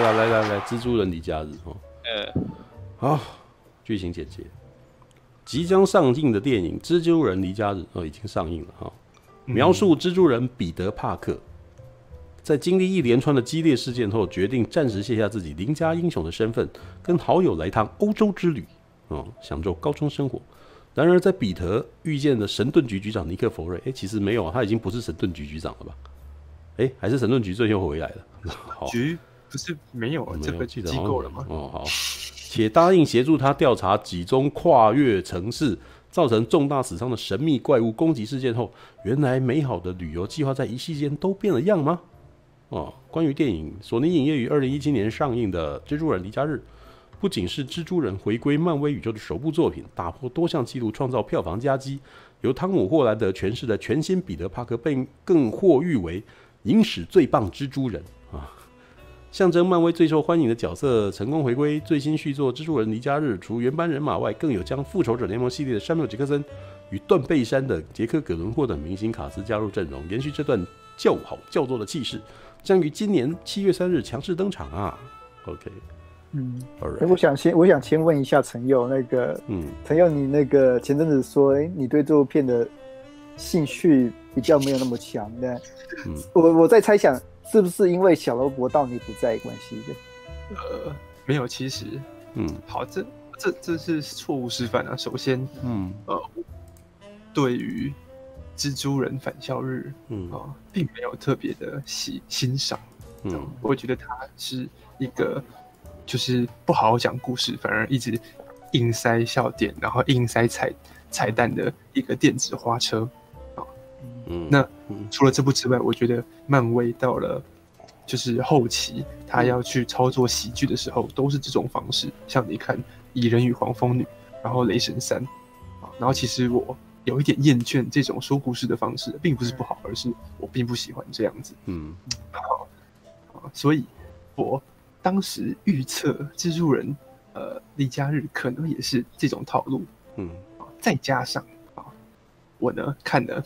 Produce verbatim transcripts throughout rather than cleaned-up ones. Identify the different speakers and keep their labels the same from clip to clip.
Speaker 1: 了，来来来，蜘蛛人离家日哦。
Speaker 2: 呃，
Speaker 1: 好，剧情简介。即将上映的电影《蜘蛛人离家日》哦，已经上映了哈、哦。描述蜘蛛人彼得·帕克在经历一连串的激烈事件后，决定暂时卸下自己邻家英雄的身份，跟好友来趟欧洲之旅，哦，享受高中生活。然而，在彼得遇见了神盾局局长尼克·弗瑞，哎，其实没有，他已经不是神盾局局长了吧？哎，还是神盾局最后回来了。好，
Speaker 3: 局不是没有这个机构了吗？
Speaker 1: 哦，好，且答应协助他调查几宗跨越城市、造成重大死伤的神秘怪物攻击事件后，原来美好的旅游计划在一夕间都变了样吗？哦，关于电影，索尼影业于二零一七年上映的《蜘蛛人离家日》，不仅是蜘蛛人回归漫威宇宙的首部作品，打破多项纪录，创造票房佳绩，由汤姆·霍兰德诠释的全新彼得·帕克被更获誉为影史最棒蜘蛛人啊！象征漫威最受欢迎的角色成功回归。最新续作《蜘蛛人离家日》除原班人马外，更有将复仇者联盟系列的山缪·杰克森与断背山的杰克·葛伦霍等明星卡司加入阵容，延续这段叫好叫座的气势，将于今年七月三日强势登场啊 ！OK，
Speaker 4: 嗯，
Speaker 1: right.
Speaker 4: 我想先我想先问一下陈佑，那个，嗯，陈佑，你那个前阵子说，哎、欸，你对这部片的兴趣比较没有那么强的，嗯，我我在猜想。是不是因为小罗伯到你不在关系的？
Speaker 3: 呃，没有，其实，嗯，好，这这这是错误示范啊。首先，嗯，呃，对于蜘蛛人返校日，嗯啊、呃，并没有特别的喜欣赏，嗯，我觉得它是一个就是不好好讲故事，反而一直硬塞笑点，然后硬塞彩彩蛋的一个电子花车。嗯，那除了这部之外，我觉得漫威到了就是后期，他要去操作喜剧的时候，都是这种方式。像你看《蚁人与黄蜂女》，然后《雷神三》，然后其实我有一点厌倦这种说故事的方式，并不是不好，而是我并不喜欢这样子。嗯，好，所以我当时预测蜘蛛人呃离家日可能也是这种套路。嗯，再加上啊，我呢看了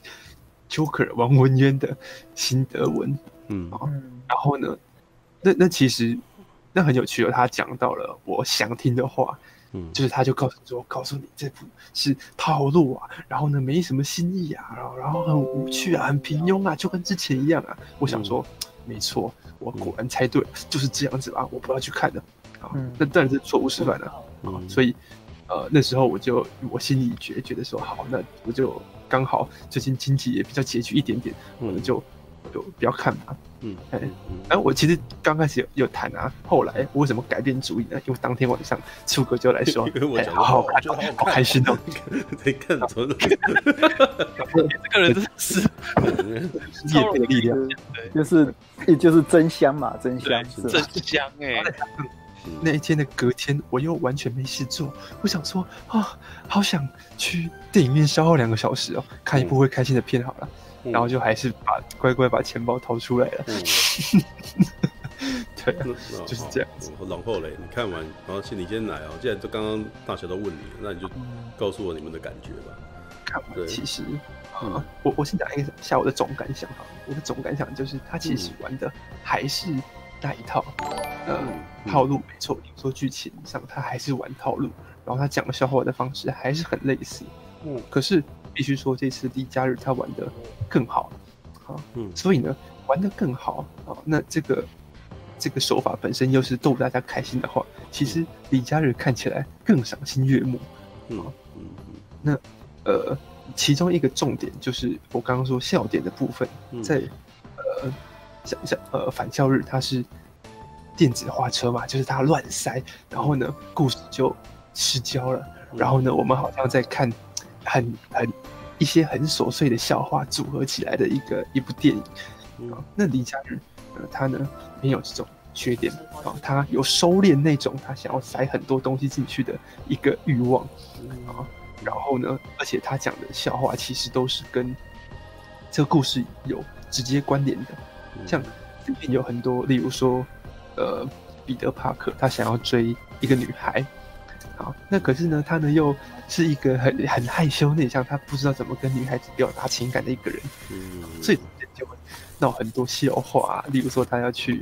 Speaker 3: Joker 王文渊的辛德文，嗯，然后呢，那那其实那很有趣哦，他讲到了我想听的话，嗯，就是他就告诉说，告诉你这部是套路啊，然后呢没什么新意啊，然后然后很无趣啊，很平庸啊，就跟之前一样啊。我想说，嗯、没错，我果然猜对了，就是这样子吧，我不要去看了啊，嗯、那当然是错误示范了啊，嗯、所以呃那时候我就我心里觉觉得说，好，那我就。刚好最近经济也比较拮据一点点，我们就就不要看嘛。嗯，哎、欸，我其实刚开始有有谈啊，后来我为什么改变主意呢？因为当天晚上楚哥就来说，
Speaker 1: 我
Speaker 3: 好好看，好开心哦，
Speaker 1: 在看什么？
Speaker 2: 这个人真是
Speaker 3: 业配的力量，
Speaker 4: 就是也就是真香嘛，真香，
Speaker 2: 真香哎。
Speaker 3: 那一天的隔天，我又完全没事做，我想说啊、哦，好想去电影院消耗两个小时哦，看一部会开心的片好了，嗯、然后就还是把乖乖把钱包掏出来了。嗯、对、啊，就是这样子。
Speaker 1: 然后嘞，你看完，然后请你先来哦。既然都刚刚大家都问你，那你就告诉我你们的感觉吧。
Speaker 3: 看完其实，嗯，我我先讲一下我的总感想哈。我的总感想就是，他其实玩的还是那一套。呃，套路没错，比如说剧情上他还是玩套路，然后他讲笑话的方式还是很类似。嗯，可是必须说这次离家日他玩得更好，啊，嗯，所以呢玩得更好啊，那这个这个手法本身又是逗大家开心的话，其实离家日看起来更赏心悦目。嗯嗯，那呃其中一个重点就是我刚刚说笑点的部分，在呃像像呃返校日它是。电子花车嘛，就是它乱塞，然后呢，故事就失焦了。然后呢，我们好像在看很很一些很琐碎的笑话组合起来的一个一部电影。嗯、那离家日，呃，他呢没有这种缺点啊，他有收敛那种他想要塞很多东西进去的一个欲望啊。然后呢，而且他讲的笑话其实都是跟这个故事有直接关联的，像里面有很多，例如说。呃，彼得·帕克他想要追一个女孩，好，那可是呢，他呢又是一个很很害羞内向，他不知道怎么跟女孩子表达情感的一个人，嗯，所以就会闹很多笑话、啊，例如说他要去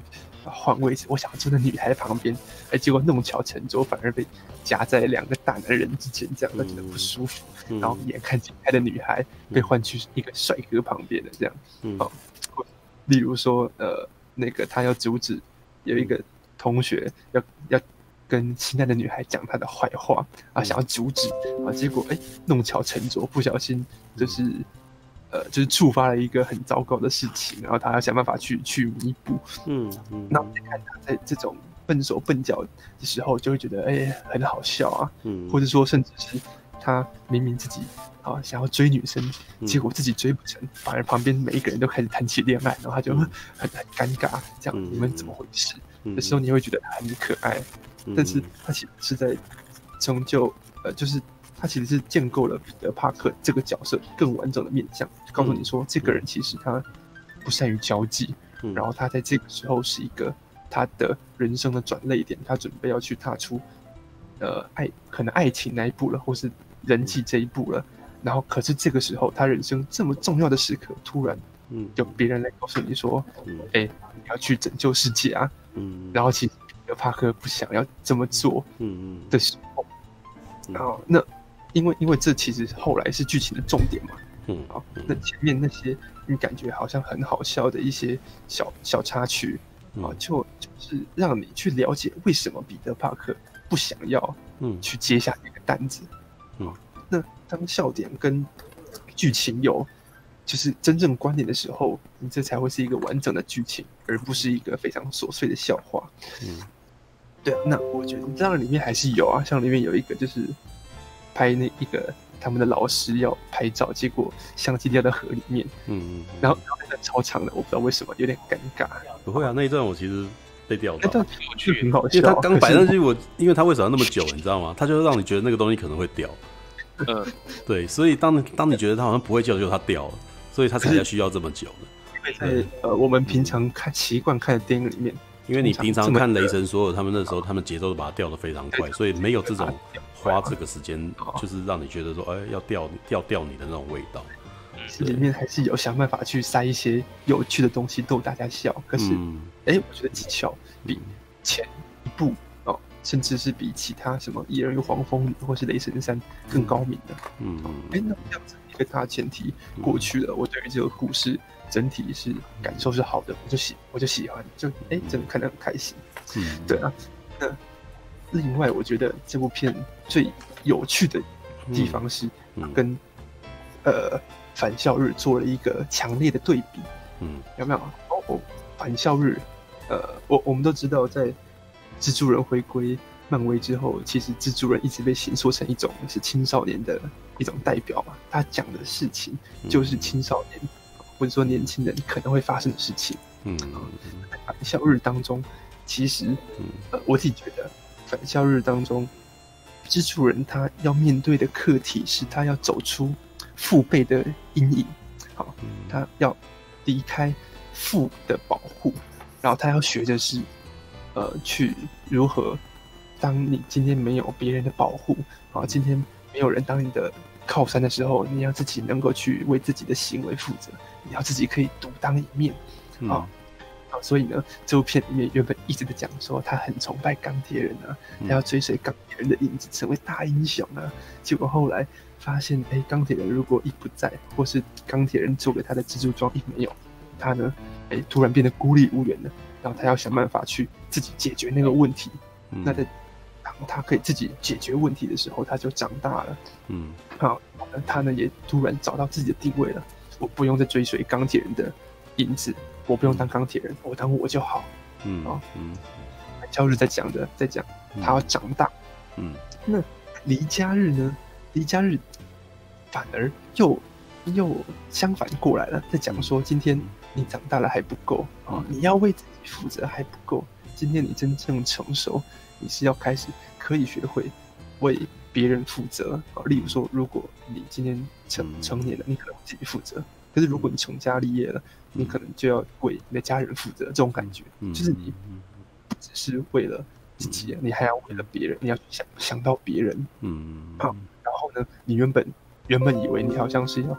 Speaker 3: 换位置，我想要坐在女孩旁边，哎，结果弄巧成拙，反而被夹在两个大男人之间，这样他觉得不舒服。嗯、然后眼看紧开的女孩被换去一个帅哥旁边的这样，嗯、哦，例如说，呃，那个他要阻止有一个同学要要跟心爱的女孩讲他的坏话啊，想要阻止啊，结果哎弄巧成拙，不小心就是。呃，就是触发了一个很糟糕的事情，然后他要想办法去去弥补。嗯嗯，那我们看他在这种笨手笨脚的时候，就会觉得哎、欸、很好笑啊。嗯，或者说甚至是他明明自己啊想要追女生，嗯、结果自己追不成，反而旁边每一个人都开始谈起恋爱，然后他就很很尴尬，这样、嗯、你们怎么回事？嗯、有时候你会觉得他很可爱，嗯、但是他其实是在终究呃就是。他其实是建构了彼得·帕克这个角色更完整的面向，告诉你说，这个人其实他不善于交际，嗯、然后他在这个时候是一个他的人生的转捩点，他准备要去踏出呃爱可能爱情那一步了，或是人际这一步了。然后，可是这个时候，他人生这么重要的时刻，突然有别人来告诉你说，哎、嗯欸，你要去拯救世界啊！嗯、然后其实彼得·帕克不想要这么做的时候，嗯、然后那。因为因为这其实后来是剧情的重点嘛，嗯，好，那前面那些你感觉好像很好笑的一些小小插曲，啊，就就是让你去了解为什么彼得·帕克不想要，嗯，去接下这个单子，嗯，那当笑点跟剧情有就是真正关联的时候，你这才会是一个完整的剧情，而不是一个非常琐碎的笑话，嗯，对，那我觉得当然里面还是有啊，像里面有一个就是。拍那一个他们的老师要拍照，结果相机掉到河里面，嗯嗯，然后那段超长的，我不知道为什么有点尴尬。
Speaker 1: 不会啊，那一段我其实被钓到，
Speaker 3: 那段就很好笑，
Speaker 1: 因为他刚摆上去，我因为他为什么要那么久，你知道吗？他就是让你觉得那个东西可能会掉，嗯，对，所以当当你觉得他好像不会掉，就他掉了，所以他才要需要这么久的。
Speaker 3: 因为在呃我们平常看习惯看的电影里面，
Speaker 1: 因为你平常看雷神所有他们那时候他们节奏都把它调得非常快，所以没有这种。花这个时间，就是让你觉得说，哎、欸，要掉掉掉你的那种味道。
Speaker 3: 里面还是有想办法去塞一些有趣的东西逗大家笑。可是，哎、嗯欸，我觉得技巧比前一部哦，甚至是比其他什么《蚁人与黄蜂女》或是《雷神三》更高明的。嗯，哎、欸，那这样子一个大前提过去了，我对于这个故事整体是感受是好的，我就喜我就喜欢，就哎、欸，真的看得很开心。嗯，对啊，那。另外，我觉得这部片最有趣的地方是跟、嗯嗯、呃返校日做了一个强烈的对比。嗯，有没有？哦，哦返校日，呃，我我们都知道，在蜘蛛人回归漫威之后，其实蜘蛛人一直被形塑成一种是青少年的一种代表嘛。他讲的事情就是青少年、嗯、或者说年轻人可能会发生的事情。嗯，在返校日当中，其实、呃、我自己觉得。返校日当中，蜘蛛人他要面对的课题是他要走出父辈的阴影，好，他要离开父的保护，然后他要学的是，呃，去如何，当你今天没有别人的保护，啊，今天没有人当你的靠山的时候，你要自己能够去为自己的行为负责，你要自己可以独当一面，啊。嗯所以呢，这部片里面原本一直在讲说他很崇拜钢铁人啊，他要追随钢铁人的影子，成为大英雄啊。结果后来发现，哎，钢铁人如果一不在，或是钢铁人做给他的蜘蛛装一没有，他呢，哎，突然变得孤立无援了。然后他要想办法去自己解决那个问题。嗯、那在当他可以自己解决问题的时候，他就长大了。嗯，好，他呢也突然找到自己的定位了。我不用再追随钢铁人的影子。我不用当钢铁人，我当我就好。嗯啊，嗯，教日在讲的，在讲他要长大。嗯，那离家日呢？离家日反而又又相反过来了，在讲说今天你长大了还不够啊，你要为自己负责还不够。今天你真正成熟，你是要开始可以学会为别人负责啊。例如说，如果你今天成成年了，你可能为自己负责。可是如果你成家立业了，你可能就要为你的家人负责。这种感觉，嗯、就是你不只是为了自己，嗯、你还要为了别人，你要想想到别人。嗯，好，然后呢，你原本原本以为你好像是要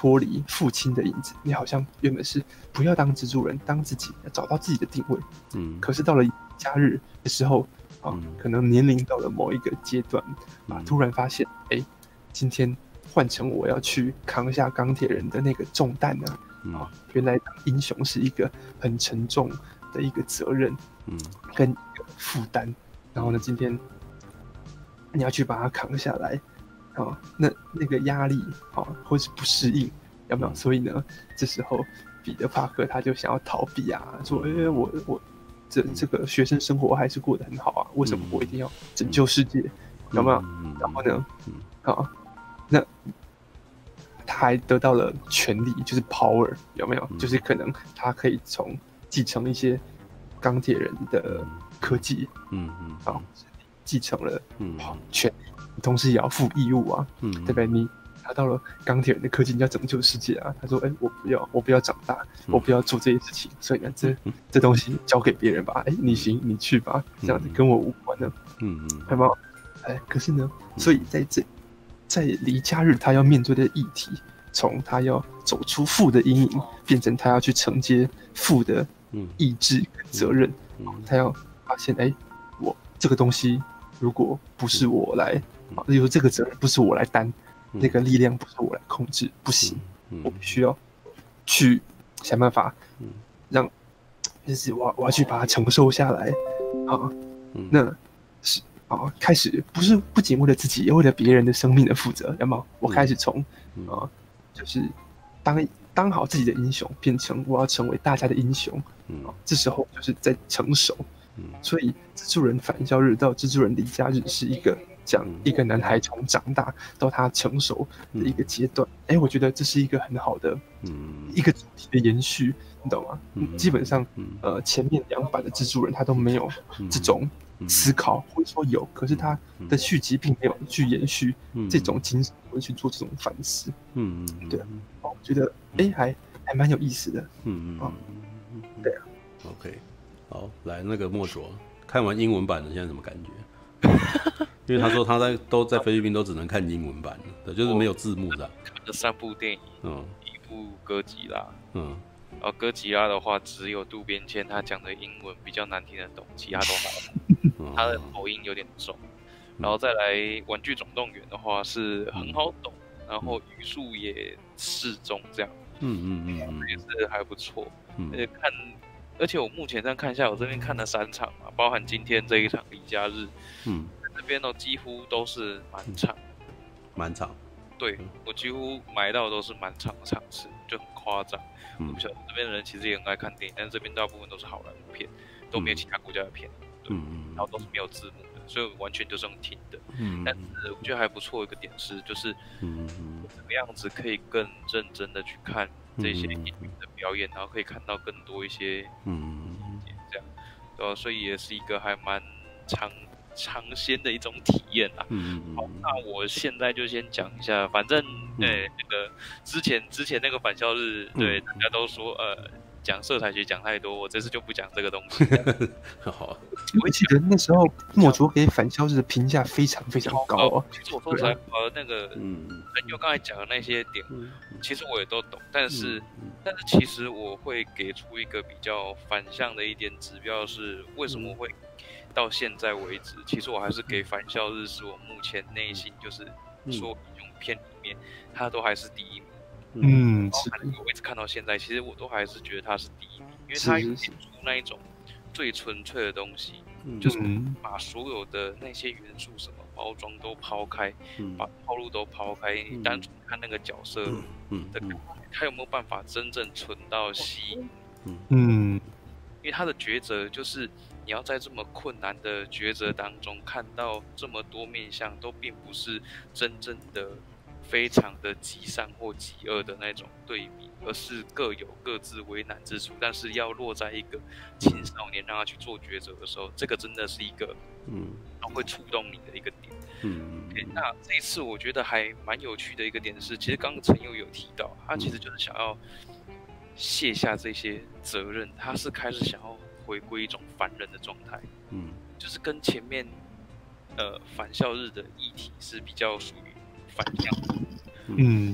Speaker 3: 脱离父亲的影子，你好像原本是不要当蜘蛛人，当自己，要找到自己的定位。嗯，可是到了假日的时候啊，嗯、可能年龄到了某一个阶段啊，突然发现，哎、欸，今天换成我要去扛下钢铁人的那个重担呢、啊。嗯、啊，原来英雄是一个很沉重的一个责任，嗯，跟一个负担。然后呢，今天你要去把它扛下来。哦，那那个压力，哦，或是不适应，有没有？所以呢，这时候彼得·帕克他就想要逃避啊，说：“哎、欸，我我这这个学生生活还是过得很好啊，为什么我一定要拯救世界？有没有？”然后呢，啊、哦，那他还得到了权力，就是 power， 有没有？就是可能他可以从继承一些钢铁人的科技，嗯嗯，啊、哦，继承了好权力。同时也要负义务啊，嗯，对不对？你拿到了钢铁人的科技，你要拯救世界啊。他说：“哎、欸，我不要，我不要长大，我不要做这些事情。所以呢，这这东西交给别人吧。哎、欸，你行，你去吧，这样子跟我无关的。嗯嗯，有没有？哎，可是呢，所以在这在离假日他要面对的议题，从他要走出父的阴影，变成他要去承接父的意志跟责任。嗯，他要发现，哎、欸，我这个东西如果不是我来。”啊，例如这个责任不是我来担，嗯、那个力量不是我来控制，不行，嗯、我必须要去想办法，嗯、让，就是我我要去把它承受下来，啊，嗯、那是啊，开始不是不仅为了自己，也为了别人的生命的负责，有没有？我开始从、嗯、啊，就是当当好自己的英雄，变成我要成为大家的英雄，嗯、啊，这时候就是在成熟，嗯、所以蜘蛛人返校日到蜘蛛人离家日是一个。讲一个男孩从长大到他成熟的一个阶段，哎、嗯欸，我觉得这是一个很好的，嗯，一个主题的延续，你懂吗？嗯、基本上，嗯、呃，前面两版的蜘蛛人他都没有这种思考，嗯、或者说有，可是他的续集并没有去延续这种精神，或者去做这种反思，嗯嗯，对啊，我觉得哎、欸，还还蛮有意思的，嗯嗯，嗯对啊
Speaker 1: ，OK， 好，来那个墨卓，看完英文版的现在什么感觉？因为他说他在都在菲律宾都只能看英文版的，就是没有字幕的。
Speaker 2: 看了三部电影，嗯，一部哥吉拉，嗯，然后哥吉拉的话只有渡边谦他讲的英文比较难听得懂，其他都还好，他的口音有点重。然后再来玩具总动员的话是很好懂，然后语速也适中，这样，嗯嗯嗯，也是还不错。而且看，而且我目前这样看下来，我这边看了三场嘛，包含今天这一场离家日，嗯。这边呢几乎都是满场，
Speaker 1: 满场，
Speaker 2: 对我几乎买到的都是满场的场次，就很夸张。嗯、我不晓得这边的人其实也很爱看电影，但是这边大部分都是好莱坞片，都没有其他国家的片，嗯嗯，然后都是没有字幕的，所以完全就是用听的。嗯，但是我觉得还不错一个点是，就是嗯怎么样子可以更认真的去看这些演员的表演，然后可以看到更多一些嗯这样，对吧？所以也是一个还蛮长。尝鲜的一种体验啊，嗯嗯好，那我现在就先讲一下，反正，呃、嗯，那个之前之前那个返校日，对、嗯、大家都说，呃，讲色彩学讲太多，我这次就不讲这个东西。
Speaker 1: 好，
Speaker 3: 我记得那时候墨卓给返校日的评价非常非常高哦。
Speaker 2: 其实我说实在，呃，那个，嗯，朋友刚才讲的那些点，嗯、其实我也都懂，但是，嗯、但是其实我会给出一个比较反向的一点指标是，为什么会。到现在为止，其实我还是给返校日是我目前内心就是说英雄片里面，他都还是第一名。嗯，我一直看到现在，其实我都还是觉得他是第一名，因为他演出那一种最纯粹的东西，就是把所有的那些元素什么包装都抛开，把套路都抛开，你单纯看那个角色的，他有没有办法真正纯到吸引？嗯，因为他的抉择就是。你要在这么困难的抉择当中看到这么多面向，都并不是真正的非常的极善或极恶的那种对比，而是各有各自为难之处。但是要落在一个青少年让他去做抉择的时候，这个真的是一个嗯，会触动你的一个点。嗯， okay, 那这一次我觉得还蛮有趣的一个点是，其实刚刚陈佑有提到，他其实就是想要卸下这些责任，他是开始想要。回归一种凡人的状态，嗯，就是跟前面，呃，返校日的议题是比较属于反向的，嗯，对，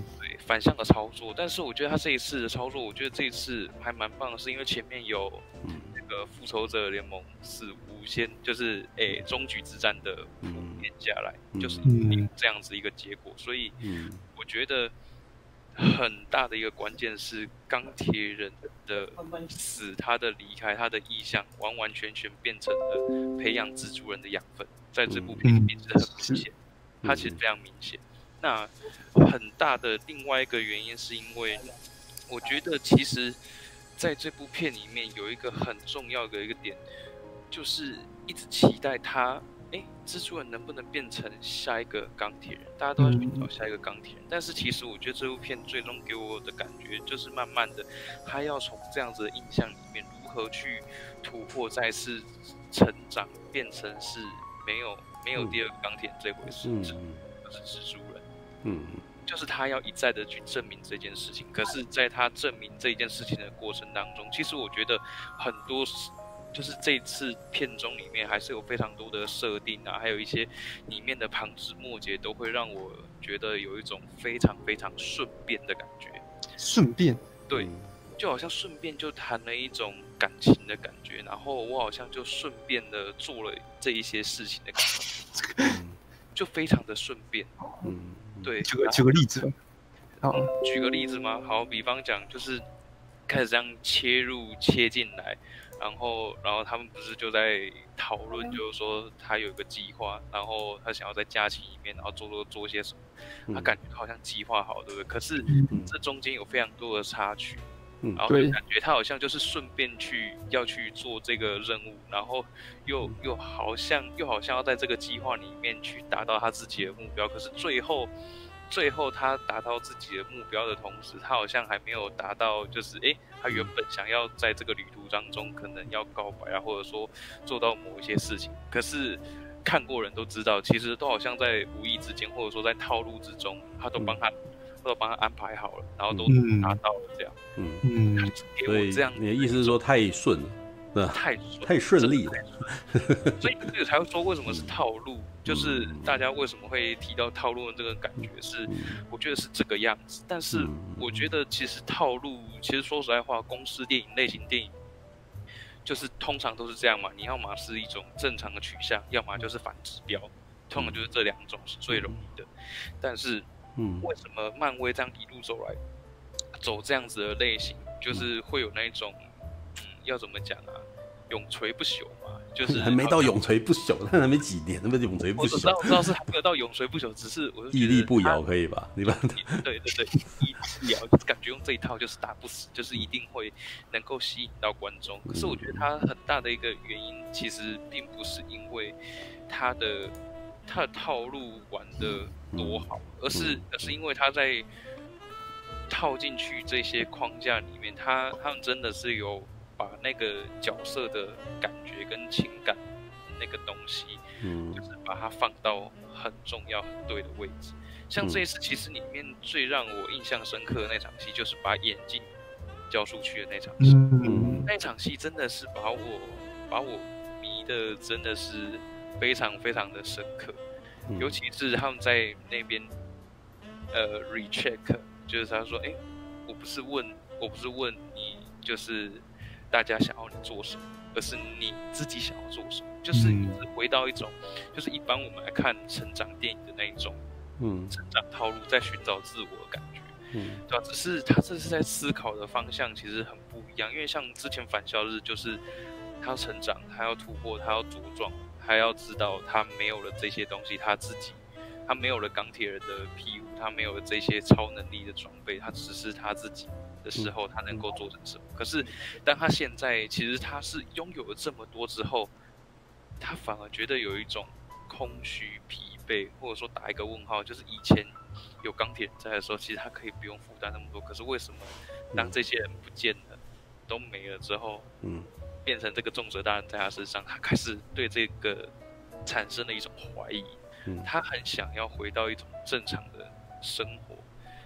Speaker 2: 反向的操作，但是我觉得他这一次的操作，我觉得这一次还蛮棒的，是因为前面有那个复仇者联盟四无限，就是诶终局之战的铺垫下来，就是这样子一个结果，所以我觉得很大的一个关键是钢铁人的死，他的离开，他的意象完完全全变成了培养蜘蛛人的养分，在这部片里面是很明显，他其实非常明显。那很大的另外一个原因是因为，我觉得其实在这部片里面有一个很重要的一个点，就是一直期待他，哎，蜘蛛人能不能变成下一个钢铁人？大家都要寻找下一个钢铁人。但是其实我觉得这部片最终给我的感觉就是慢慢的，他要从这样子的印象里面如何去突破，再次成长，变成是没有没有第二个钢铁人这回事，就是蜘蛛人。嗯，就是他要一再的去证明这件事情，可是在他证明这一件事情的过程当中，其实我觉得很多就是这次片中里面还是有非常多的设定啊，还有一些里面的旁枝末节都会让我觉得有一种非常非常顺便的感觉。
Speaker 3: 顺便，
Speaker 2: 对，就好像顺便就谈了一种感情的感觉，然后我好像就顺便的做了这一些事情的感觉，就非常的顺便。嗯。对，
Speaker 3: 举个举个例子，
Speaker 2: 好、嗯，举个例子吗？好，比方讲，就是开始这样切入切进来，然后然后他们不是就在讨论，就是说他有一个计划，然后他想要在假期里面，然后做做做些什么，他感觉好像计划好，对不对？可是这中间有非常多的插曲，嗯，然后就感觉他好像就是顺便去要去做这个任务，然后又又好像又好像要在这个计划里面去达到他自己的目标，可是最后最后他达到自己的目标的同时，他好像还没有达到，就是哎，他原本想要在这个旅途当中可能要告白啊，或者说做到某一些事情，可是看过人都知道，其实都好像在无意之间，或者说在套路之中，他都帮他。都帮他安排好了，然后都达到了这样。嗯嗯，
Speaker 1: 所以你的意思是说太顺了，对吧？
Speaker 2: 太
Speaker 1: 太顺利了，
Speaker 2: 所以这个才会说为什么是套路，就是大家为什么会提到套路的这个感觉是，我觉得是这个样子。但是我觉得其实套路，其实说实在话，公式电影类型电影就是通常都是这样嘛，你要么是一种正常的取向，要么就是反指标，通常就是这两种是最容易的，但是。嗯，为什么漫威这样一路走来，走这样子的类型，就是会有那一种，嗯，要怎么讲啊，永垂不朽嘛，就是
Speaker 1: 还没到永垂不朽，但还没几年，那么永垂不朽。我
Speaker 2: 知道，我知道是还没有到永垂不朽，只是我就
Speaker 1: 屹立不摇可以吧？你吧？
Speaker 2: 对对对，屹立不摇，感觉用这一套就是打不死，就是一定会能够吸引到观众。可是我觉得它很大的一个原因，其实并不是因为它的。他的套路玩的多好，而是而是因为他在套进去这些框架里面，他他们真的是有把那个角色的感觉跟情感那个东西，嗯，就是把它放到很重要、很对的位置。像这一次，其实里面最让我印象深刻的那场戏，就是把眼镜交出去的那场戏。嗯，那场戏真的是把我把我迷的真的是。非常非常的深刻，尤其是他们在那边，呃 ，recheck， 就是他说，哎，我不是问，我不是问你，就是大家想要你做什么，而是你自己想要做什么，就是回到一种，就是一般我们来看成长电影的那一种，嗯，成长套路，在寻找自我的感觉，嗯，对吧？只是他这是在思考的方向其实很不一样，因为像之前返校日，就是他要成长，他要突破，他要茁壮。他要知道，他没有了这些东西，他自己，他没有了钢铁人的庇护，他没有了这些超能力的装备，他只是他自己的时候，他能够做成什么？可是，当他现在其实他是拥有了这么多之后，他反而觉得有一种空虚、疲惫，或者说打一个问号，就是以前有钢铁人在的时候，其实他可以不用负担那么多。可是为什么当这些人不见了，都没了之后，嗯。变成这个重责大人在他身上，他开始对这个产生了一种怀疑。嗯，他很想要回到一种正常的生活，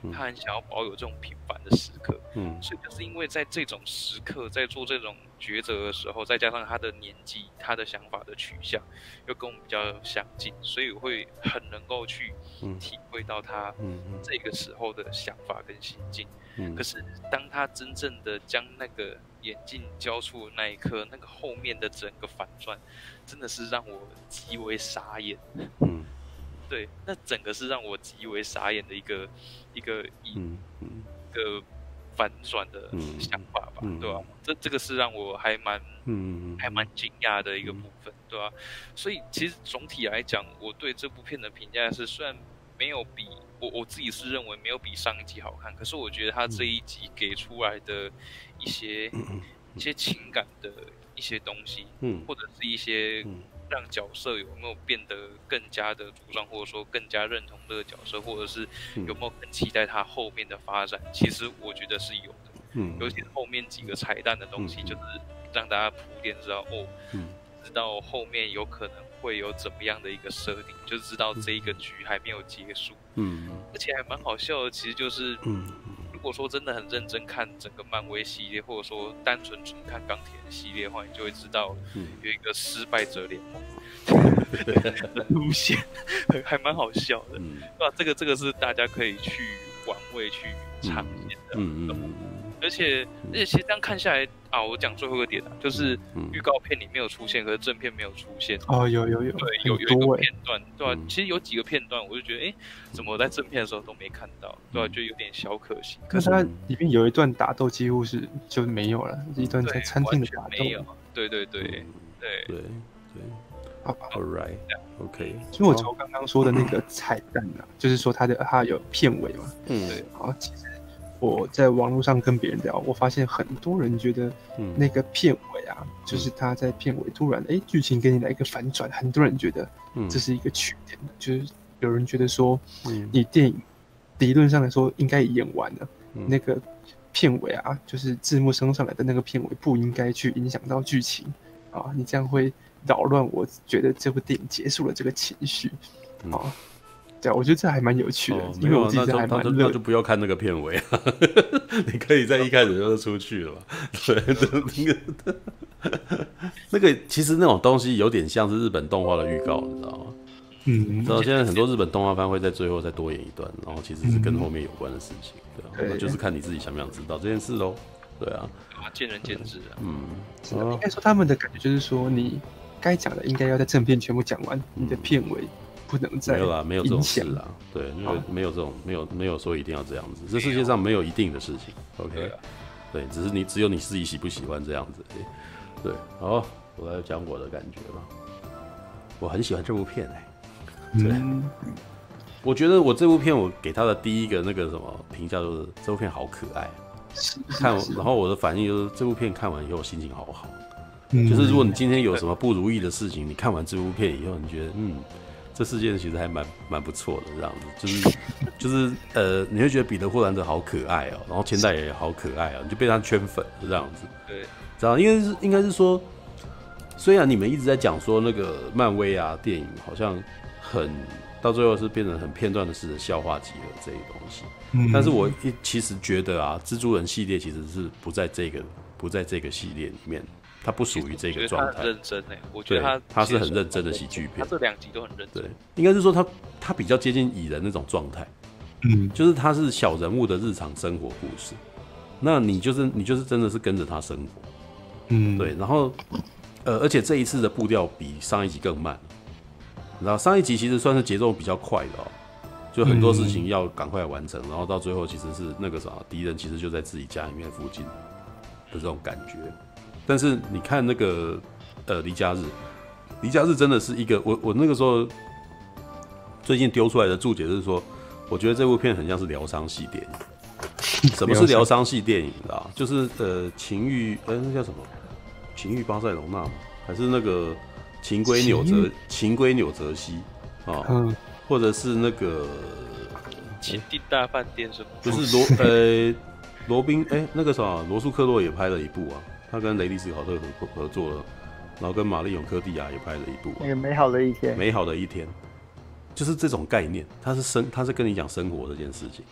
Speaker 2: 他很想要保有这种平凡的时刻。嗯，所以就是因为在这种时刻，在做这种抉择的时候，再加上他的年纪、他的想法的取向又跟我们比较相近，所以我会很能够去体会到他这个时候的想法跟心境。嗯，可是当他真正的将那个眼镜交出的那一刻，那个后面的整个反转，真的是让我极为傻眼。嗯，对，那整个是让我极为傻眼的一个一个一、嗯嗯、一个反转的想法吧，嗯、对吧、啊？这这个是让我还蛮嗯还蛮惊讶的一个部分，对吧、啊？所以其实总体来讲，我对这部片的评价是，虽然没有比我我自己是认为没有比上一集好看，可是我觉得他这一集给出来的一些、嗯、一些情感的一些东西，嗯，或者是一些让角色有没有变得更加的茁壮，或者说更加认同这个角色，或者是有没有更期待他后面的发展，其实我觉得是有的，嗯，尤其是后面几个彩蛋的东西，就是让大家铺垫知道哦，嗯，知道后面有可能会有怎么样的一个设定，就知道这一个局还没有结束，嗯，而且还蛮好笑的，其实就是，嗯，如果说真的很认真看整个漫威系列，或者说单纯纯看钢铁人系列的话，你就会知道有一个失败者联盟的路线，还蛮好笑的，嗯，对吧？这个这个是大家可以去玩味、去尝鲜的，嗯嗯嗯。而且，而且其实这样看下来啊，我讲最后一个点啊，就是预告片里没有出现，可是正片没有出现。
Speaker 3: 哦，有有有，
Speaker 2: 对，有有一个片段，对吧、啊？其实有几个片段，我就觉得，哎，怎么我在正片的时候都没看到，对吧、啊？就有点小可惜。
Speaker 3: 可是它里面有一段打斗几乎是就没有了，一段在餐厅的打斗。
Speaker 2: 没有，对对对对
Speaker 1: 对对。好 ，All right，OK。
Speaker 3: 因为我从刚刚说的那个彩蛋啊，就是说它的它有片尾嘛，嗯，对，好，其实。我在网络上跟别人聊，我发现很多人觉得那个片尾啊，嗯、就是他在片尾突然哎剧情给你来一个反转，很多人觉得这是一个缺点，嗯、就是有人觉得说，嗯、你电影理论上来说应该演完了，嗯、那个片尾啊，就是字幕升上来的那个片尾不应该去影响到剧情啊，你这样会扰乱我觉得这部电影结束了这个情绪啊。嗯对，我觉得这还蛮有趣的，哦、因为我自己还蛮
Speaker 1: 那就不要看那个片尾啊，你可以在一开始就出去了嘛。对，那个那个其实那种东西有点像是日本动画的预告，你知道吗？嗯，你知道现在很多日本动画番会在最后再多演一段，然后其实是跟后面有关的事情，对啊，那就是看你自己想不想知道这件事喽。对啊，
Speaker 2: 见仁见智啊。
Speaker 3: 嗯，应该说他们的感觉就是说，你该讲的应该要在正片全部讲完，你的片尾。不能再
Speaker 1: 没有啦，没有这种事啦。对，因为没有这种，没有没有说一定要这样子。这世界上没有一定的事情。OK， 对，只是你只有你自己喜不喜欢这样子。对，好，我来讲我的感觉吧。我很喜欢这部片哎、欸。对，嗯、我觉得我这部片我给他的第一个那个什么评价就是这部片好可爱。看，然后我的反应就是这部片看完以后心情好好。嗯、就是如果你今天有什么不如意的事情，你看完这部片以后，你觉得嗯。这世界其实还蛮蛮不错的，这样子就是就是呃，你会觉得彼得·霍兰德好可爱哦、喔，然后千代也好可爱啊、喔，你就被他圈粉这样子。
Speaker 2: 对，
Speaker 1: 知道应该是应该是说，虽然你们一直在讲说那个漫威啊电影好像很到最后是变成很片段的式的笑话集合这些东西，嗯、但是我其实觉得啊，蜘蛛人系列其实是不在这个不在这个系列里面。它不属于这个状态。
Speaker 2: 认真哎，我觉得他
Speaker 1: 他是很认真的喜剧片。
Speaker 2: 他这两集都很认真。
Speaker 1: 对，应该是说他他比较接近蚁人那种状态。嗯，就是他是小人物的日常生活故事。那你就是你就是真的是跟着他生活。嗯，对。然后呃，而且这一次的步调比上一集更慢。你知道上一集其实算是节奏比较快的哦、喔，就很多事情要赶快完成，然后到最后其实是那个啥敌人其实就在自己家里面附近的这种感觉。但是你看那个呃离家日，离家日真的是一个我我那个时候最近丢出来的注解是说，我觉得这部片很像是疗伤系电影。什么是疗伤系电影？你知道？就是呃情欲呃那叫什么？情欲巴塞隆纳吗？还是那个情归纽泽情归纽泽西啊？嗯，或者是那个
Speaker 2: 情定大饭店什么？
Speaker 1: 就是罗呃罗宾哎、欸、那个啥罗素克洛也拍了一部啊。他跟雷利斯考特 合, 合作了，然后跟玛丽永科蒂亚也拍了一部、啊。
Speaker 4: 那个美好的一天。
Speaker 1: 美好的一天，就是这种概念，他是生，他是跟你讲生活这件事情。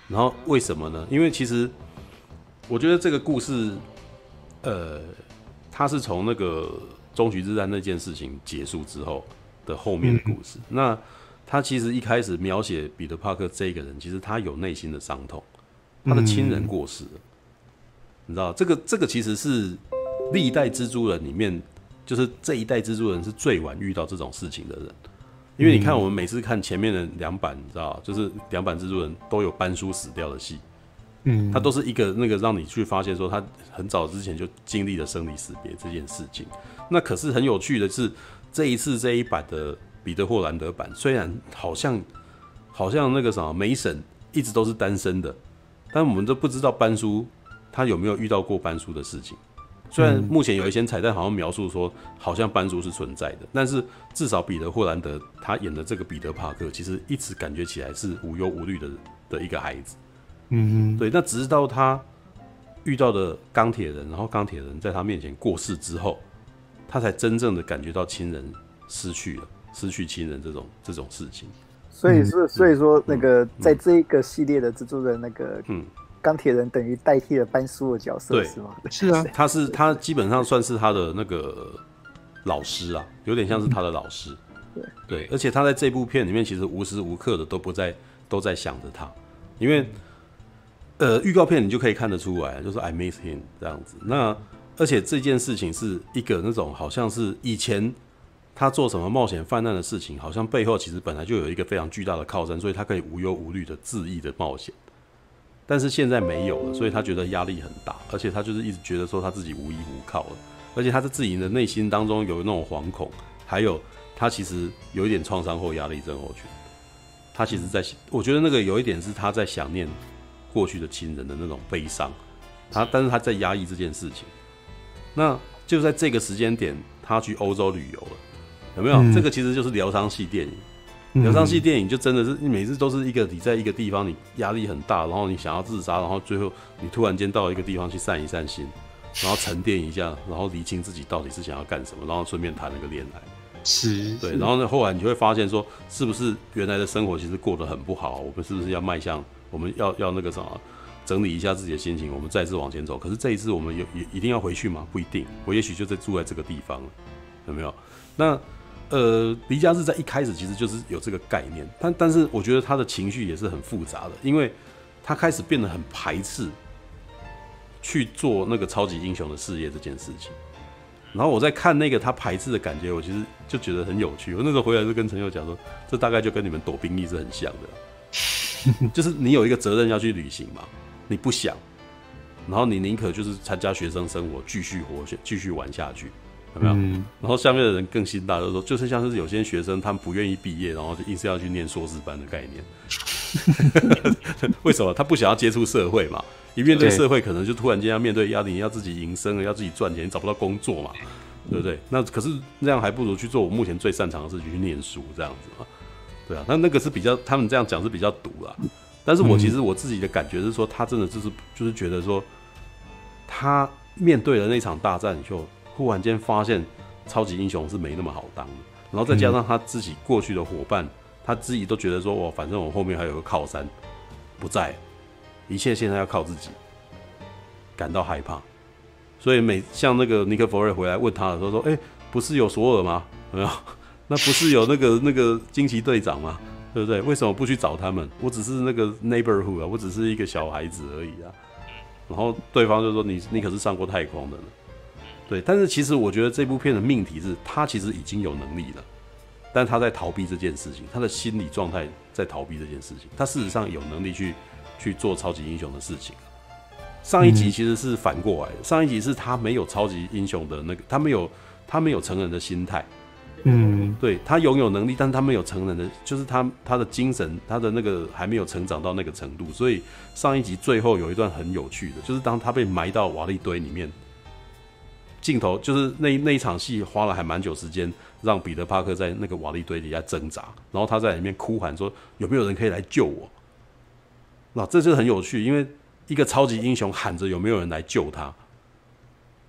Speaker 1: 然后为什么呢？因为其实我觉得这个故事，呃，它是从那个终局之战那件事情结束之后的后面的故事。嗯、那他其实一开始描写彼得·帕克这个人，其实他有内心的伤痛，他的亲人过世了，嗯、你知道，这个这个其实是历代蜘蛛人里面，就是这一代蜘蛛人是最晚遇到这种事情的人。因为你看，我们每次看前面的两版，你知道，就是两版蜘蛛人都有班叔死掉的戏，嗯，他都是一个那个让你去发现说他很早之前就经历了生离死别这件事情。那可是很有趣的是，这一次这一版的彼得·霍兰德版，虽然好像好像那个什么梅婶一直都是单身的，但我们都不知道班叔他有没有遇到过班叔的事情。虽然目前有一些彩蛋好像描述说，好像班叔是存在的，但是至少彼得·霍兰德他演的这个彼得·帕克，其实一直感觉起来是无忧无虑的的一个孩子。嗯，对。那直到他遇到的钢铁人，然后钢铁人在他面前过世之后，他才真正的感觉到亲人失去了，失去亲人这种这种事情。
Speaker 4: 所以说，所以说那个、嗯、在这一个系列的蜘蛛人那个，嗯。钢铁人等于代替了班叔的角色，是吗？
Speaker 3: 是啊，
Speaker 1: 他是他基本上算是他的那个老师啊，有点像是他的老师。对对，而且他在这部片里面其实无时无刻的都不在都在想着他，因为呃预告片你就可以看得出来，就是 I miss him 这样子。那而且这件事情是一个那种好像是以前他做什么冒险犯难的事情，好像背后其实本来就有一个非常巨大的靠山，所以他可以无忧无虑的恣意的冒险。但是现在没有了，所以他觉得压力很大，而且他就是一直觉得说他自己无依无靠了，而且他在自己的内心当中有那种惶恐，还有他其实有一点创伤后压力症候群。他其实在，我觉得那个有一点是他在想念过去的亲人的那种悲伤，他但是他在压抑这件事情。那就在这个时间点，他去欧洲旅游了，有没有？嗯、这个其实就是疗伤系电影。疗伤系电影就真的是每次都是一个你在一个地方你压力很大，然后你想要自杀，然后最后你突然间到一个地方去散一散心，然后沉淀一下，然后厘清自己到底是想要干什么，然后顺便谈了个恋爱。
Speaker 3: 是，
Speaker 1: 对，然后呢，后来你就会发现说，是不是原来的生活其实过得很不好？我们是不是要迈向，我们要要那个什么，整理一下自己的心情，我们再次往前走？可是这一次我们有一定要回去吗？不一定，我也许就在住在这个地方了，有没有？那。呃，离家日在一开始其实就是有这个概念，但但是我觉得他的情绪也是很复杂的，因为他开始变得很排斥去做那个超级英雄的事业这件事情。然后我在看那个他排斥的感觉，我其实就觉得很有趣。我那时候回来就跟陈友讲说，这大概就跟你们躲兵役是很像的，就是你有一个责任要去履行嘛，你不想，然后你宁可就是参加学生生活，继续活，继续玩下去。有没有？嗯、然后下面的人更心大，就是说，就是像是有些学生他们不愿意毕业，然后就硬是要去念硕士班的概念。为什么？他不想要接触社会嘛？一面对社会，可能就突然间要面对压力，你要自己营生了，要自己赚钱，你找不到工作嘛，对不对？那可是那样还不如去做我目前最擅长的事情，去念书这样子嘛。对啊，那那个是比较，他们这样讲是比较毒啦。但是我其实我自己的感觉是说，他真的就是就是觉得说，他面对了那场大战以后。忽然间发现超级英雄是没那么好当的，然后再加上他自己过去的伙伴，他自己都觉得说，我反正我后面还有个靠山不在，一切现在要靠自己，感到害怕。所以每像那个尼克·弗瑞回来问他的时候说，哎、欸，不是有索尔吗？有没有？那不是有那个那个惊奇队长吗？对不对？为什么不去找他们？我只是那个 neighborhood 啊，我只是一个小孩子而已啊。然后对方就说你你可是上过太空的呢。对，但是其实我觉得这部片的命题是，他其实已经有能力了，但他在逃避这件事情，他的心理状态在逃避这件事情。他事实上有能力去去做超级英雄的事情。上一集其实是反过来的，上一集是他没有超级英雄的那个，他没有他没有成人的心态。嗯，对，他拥有能力，但他没有成人的，就是他他的精神，他的那个还没有成长到那个程度。所以上一集最后有一段很有趣的，就是当他被埋到瓦砾堆里面。镜头就是那那一场戏花了还蛮久时间，让彼得·帕克在那个瓦砾堆底下挣扎，然后他在里面哭喊说：“有没有人可以来救我？”那这就很有趣，因为一个超级英雄喊着有没有人来救他，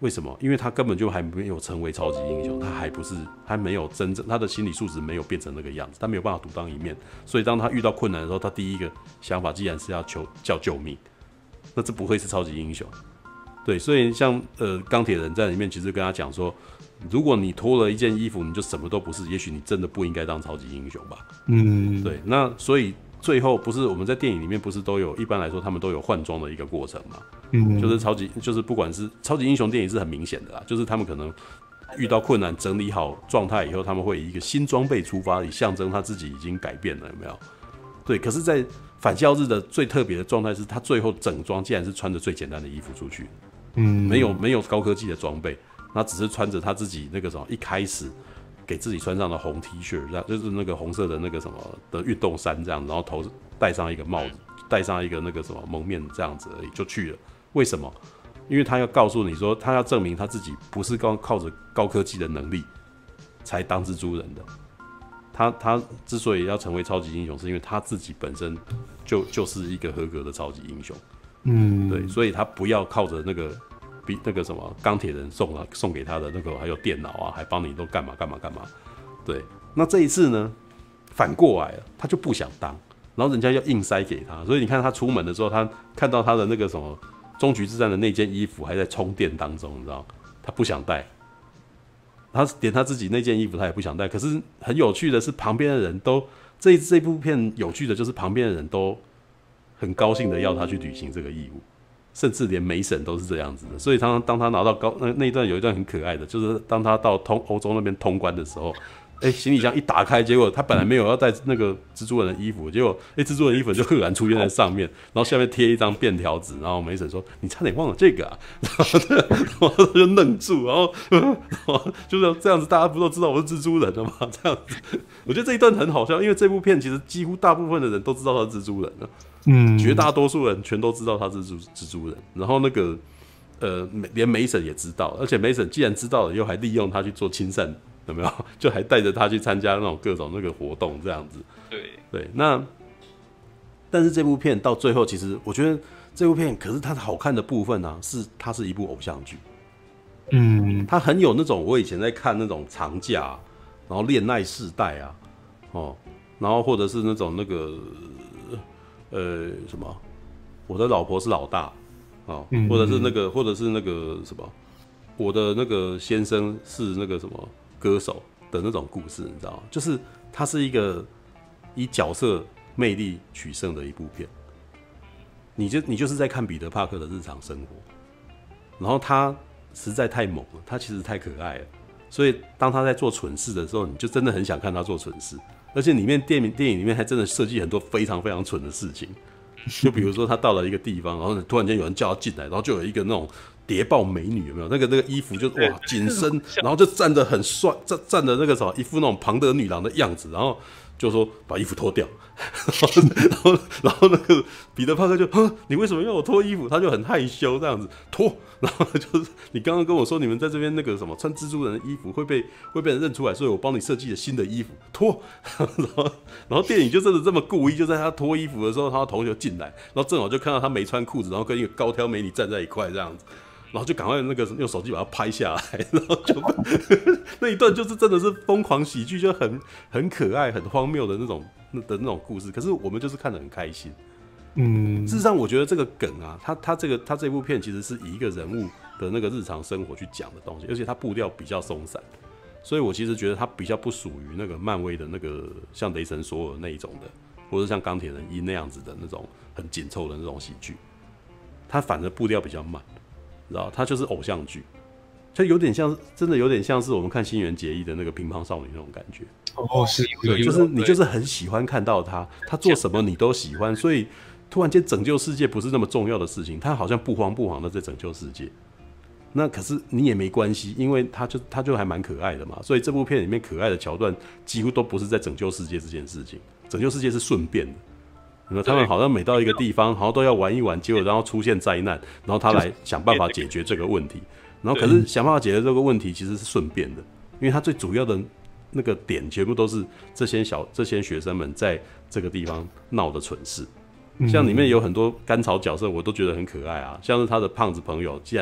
Speaker 1: 为什么？因为他根本就还没有成为超级英雄，他还不是，还没有真正，他的心理素质没有变成那个样子，他没有办法独当一面。所以当他遇到困难的时候，他第一个想法既然是要求叫救命，那这不会是超级英雄。对，所以像呃钢铁人在里面其实跟他讲说，如果你脱了一件衣服，你就什么都不是，也许你真的不应该当超级英雄吧。嗯，对，那所以。最后不是我们在电影里面不是都有，一般来说他们都有换装的一个过程嘛，嗯，就是超级就是不管是超级英雄电影是很明显的啦，就是他们可能遇到困难整理好状态以后，他们会以一个新装备出发，以象征他自己已经改变了，有没有？对，可是，在返校日的最特别的状态是，他最后整装竟然是穿着最简单的衣服出去，嗯，没有没有高科技的装备，他只是穿着他自己那个什么一开始。给自己穿上的红 T 恤，就是那个红色的那个什么的运动衫这样，然后头戴上一个帽子，戴上一个那个什么蒙面这样子而已就去了。为什么？因为他要告诉你说，他要证明他自己不是靠靠着高科技的能力才当蜘蛛人的。他他之所以要成为超级英雄，是因为他自己本身就就是一个合格的超级英雄。嗯，对，所以他不要靠着那个。比那个什么钢铁人送了送给他的那个还有电脑啊，还帮你都干嘛干嘛干嘛，对。那这一次呢，反过来了，他就不想当，然后人家要硬塞给他，所以你看他出门的时候，他看到他的那个什么终局之战的那件衣服还在充电当中，你知道，他不想带，他连他自己那件衣服他也不想带。可是很有趣的是，旁边的人都这这部片有趣的就是旁边的人都很高兴的要他去履行这个义务。甚至连梅婶都是这样子的，所以当当他拿到高那那一段有一段很可爱的，就是当他到通欧洲那边通关的时候，哎、欸，行李箱一打开，结果他本来没有要带那个蜘蛛人的衣服，结果哎、欸，蜘蛛人的衣服就赫然出现在上面，然后下面贴一张便条纸，然后梅婶说：“你差点忘了这个啊！”然后他就愣住，然后然后就是这样子，大家不都知道我是蜘蛛人了吗？这样子，我觉得这一段很好笑，因为这部片其实几乎大部分的人都知道他是蜘蛛人了。嗯，绝大多数人全都知道他是蜘蛛人，然后那个呃，连梅婶也知道，而且梅婶既然知道了，又还利用他去做亲善，有没有？就还带着他去参加那种各种那个活动，这样子。
Speaker 2: 对
Speaker 1: 对，那但是这部片到最后，其实我觉得这部片，可是它好看的部分啊，是它是一部偶像剧。嗯，它很有那种我以前在看那种长假、啊，然后恋爱世代啊，哦，然后或者是那种那个。呃，什么？我的老婆是老大，哦，嗯、或者是那个，或者是那个什么？我的那个先生是那个什么歌手的那种故事，你知道吗？就是它是一个以角色魅力取胜的一部片。你就你就是在看彼得·帕克的日常生活，然后他实在太猛了，他其实太可爱了，所以当他在做蠢事的时候，你就真的很想看他做蠢事。而且里面电影电影里面还真的设计很多非常非常蠢的事情，就比如说他到了一个地方，然后突然间有人叫他进来，然后就有一个那种谍报美女，有没有？那个那个衣服就哇紧身，然后就站得很帅，站站的那个什么一副那种庞德女郎的样子，然后就说把衣服脱掉，然后然后那个彼得帕克就呵，你为什么要我脱衣服？他就很害羞这样子脱，然后就是你刚刚跟我说你们在这边那个什么穿蜘蛛人的衣服会被会被人认出来，所以我帮你设计了新的衣服脱，然后然后电影就真的这么故意，就在他脱衣服的时候，他的同学进来，然后正好就看到他没穿裤子，然后跟一个高挑美女站在一块这样子。然后就赶快那个用手机把它拍下来，然后就那一段就是真的是疯狂喜剧，就很很可爱、很荒谬的那种的那种故事。可是我们就是看得很开心。嗯，事实上我觉得这个梗啊，他他这个他这部片其实是以一个人物的那个日常生活去讲的东西，而且他步调比较松散，所以我其实觉得他比较不属于那个漫威的那个像雷神索尔那一种的，或者像钢铁人一那样子的那种很紧凑的那种喜剧，他反而步调比较慢。知道它就是偶像剧，就有点像，真的有点像是我们看新垣结衣的那个乒乓少女那种感觉。
Speaker 3: 哦，是，
Speaker 1: 对，就是你就是很喜欢看到他，他做什么你都喜欢，所以突然间拯救世界不是那么重要的事情，他好像不慌不忙的在拯救世界。那可是你也没关系，因为他就他就还蛮可爱的嘛，所以这部片里面可爱的桥段几乎都不是在拯救世界这件事情，拯救世界是顺便的。他们好像每到一个地方，好像都要玩一玩，结果然后出现灾难，然后他来想办法解决这个问题。然后可是想办法解决这个问题其实是顺便的，因为他最主要的那个点全部都是这些小这些学生们在这个地方闹的蠢事。像里面有很多甘草角色，我都觉得很可爱啊，像是他的胖子朋友，既然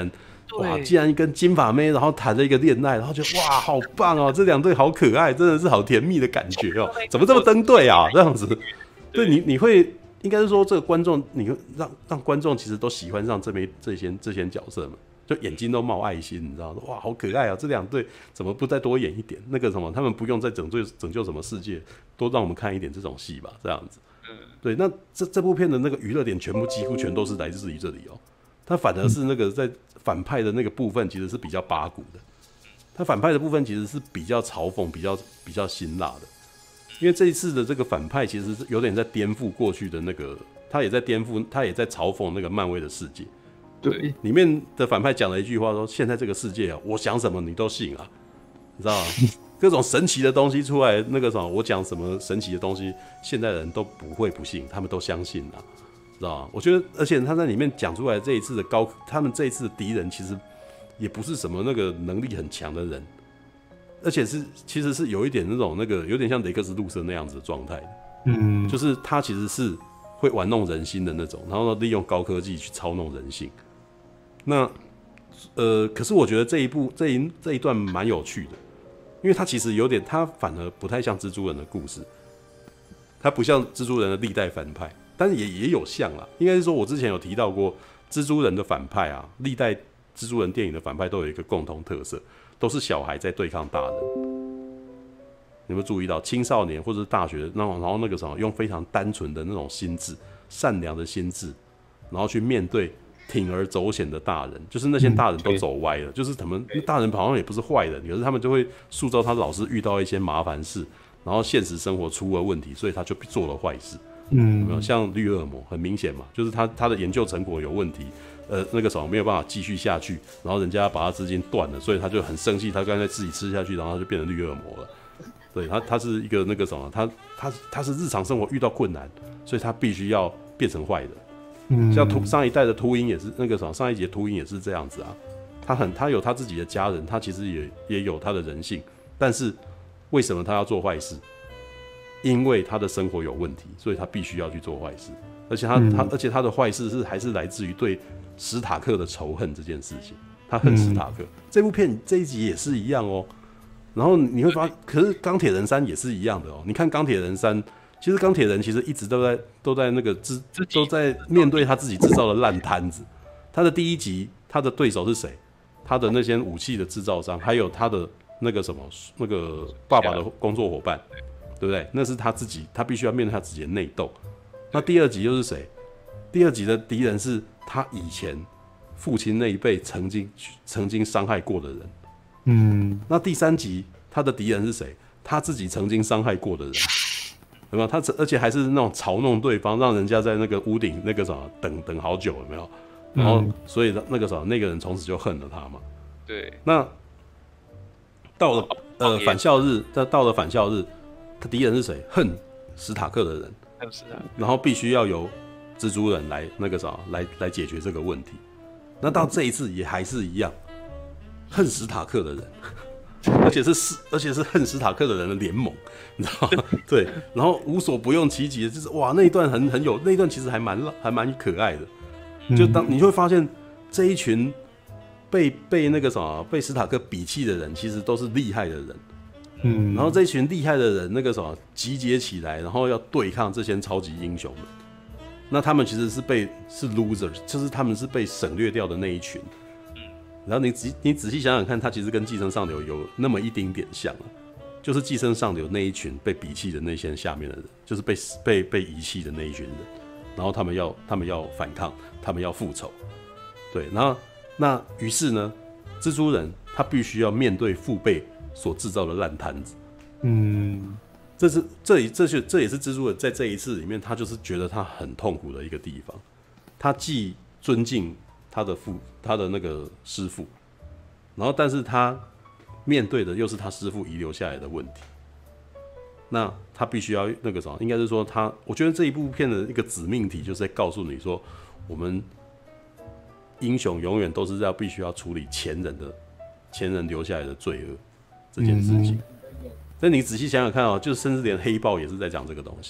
Speaker 1: 哇，竟然跟金发妹，然后谈了一个恋爱，然后觉得哇，好棒哦，这两对好可爱，真的是好甜蜜的感觉哦，怎么这么登对啊？这样子，对你你会应该是说这个观众，你会让让观众其实都喜欢上这枚这些这些角色们。就眼睛都冒爱心，你知道吗？哇，好可爱啊！这两对怎么不再多演一点？那个什么，他们不用再拯救拯救什么世界，多让我们看一点这种戏吧，这样子。对，那这这部片的那个娱乐点全部几乎全都是来自于这里哦。它反而是那个在反派的那个部分其实是比较八股的，它反派的部分其实是比较嘲讽、比较比较辛辣的。因为这一次的这个反派其实是有点在颠覆过去的那个，他也在颠覆，他也在嘲讽那个漫威的世界。
Speaker 3: 对，
Speaker 1: 里面的反派讲了一句话说：“现在这个世界啊，我想什么你都信啊，你知道吗？各种神奇的东西出来，那个什么，我讲什么神奇的东西，现在人都不会不信，他们都相信啊，知道吗？我觉得，而且他在里面讲出来这一次的高，他们这一次的敌人其实也不是什么那个能力很强的人，而且是其实是有一点那种那个有点像雷克斯·路瑟那样子的状态，嗯，就是他其实是会玩弄人心的那种，然后利用高科技去操弄人性。”那，呃，可是我觉得这一部这一这一段蛮有趣的，因为它其实有点，它反而不太像蜘蛛人的故事，它不像蜘蛛人的历代反派，但是也也有像啦。应该是说，我之前有提到过，蜘蛛人的反派啊，历代蜘蛛人电影的反派都有一个共同特色，都是小孩在对抗大人。你有没有注意到，青少年或者是大学那种，然后那个什么，用非常单纯的那种心智、善良的心智，然后去面对铤而走险的大人，就是那些大人都走歪了，嗯、就是他们大人好像也不是坏人，可是他们就会塑造他老是遇到一些麻烦事，然后现实生活出了问题，所以他就做了坏事。嗯，有没有像绿恶魔很明显嘛，就是他他的研究成果有问题，呃，那个什么没有办法继续下去，然后人家把他资金断了，所以他就很生气，他刚才自己吃下去，然后他就变成绿恶魔了。对他，他是一个那个什么，他他他是日常生活遇到困难，所以他必须要变成坏的。像上一代的秃鹰也是那个什么，上一集的秃鹰也是这样子啊。他很，他有他自己的家人，他其实也也有他的人性，但是为什么他要做坏事？因为他的生活有问题，所以他必须要去做坏事。而且他、嗯、他，而且他的坏事是还是来自于对史塔克的仇恨这件事情。他恨史塔克。嗯、这部片这一集也是一样哦。然后你会发现，可是钢铁人三也是一样的哦。你看钢铁人三。其实钢铁人其实一直都在都在那个制都在面对他自己制造的烂摊子。他的第一集，他的对手是谁？他的那些武器的制造商，还有他的那个什么那个爸爸的工作伙伴，对不对？那是他自己，他必须要面对他自己的内斗。那第二集又是谁？第二集的敌人是他以前父亲那一辈曾经曾经伤害过的人。嗯。那第三集他的敌人是谁？他自己曾经伤害过的人。有没有？他而且还是那种嘲弄对方，让人家在那个屋顶那个什么等等好久，有没有？然后所以那个什么那个人从此就恨了他嘛。
Speaker 2: 对。
Speaker 1: 那到了呃返校日，到到了返校日，他敌人是谁？恨史塔克的人。
Speaker 2: 恨史塔克。
Speaker 1: 然后必须要由蜘蛛人来那个啥来来解决这个问题。那到这一次也还是一样，恨史塔克的人。而且是而且是恨史塔克的人的联盟，你知道吗？对，然后无所不用其极的，就是哇，那一段很很有，那一段其实还蛮还蛮可爱的。就当你会发现这一群被被那个什么被史塔克鄙弃的人，其实都是厉害的人。嗯，然后这一群厉害的人，那个什么集结起来，然后要对抗这些超级英雄们。那他们其实是被是 loser， 就是他们是被省略掉的那一群。然后你仔你仔细想想看，他其实跟寄生上流有那么一丁点像啊，就是寄生上流那一群被鄙弃的那些下面的人，就是被被被遗弃的那一群人，然后他们要他们要反抗，他们要复仇，对，然后那于是呢，蜘蛛人他必须要面对父辈所制造的烂摊子，嗯，这是这这是这也是蜘蛛人在这一次里面，他就是觉得他很痛苦的一个地方，他既尊敬他的父，他的那个师父，然后但是他面对的又是他师父遗留下来的问题，那他必须要那个什么，应该是说他，我觉得这一部片的一个子命题就是在告诉你说，我们英雄永远都是要必须要处理前人的前人留下来的罪恶这件事情。但、嗯、你仔细想想看哦，就是甚至连黑豹也是在讲这个东西，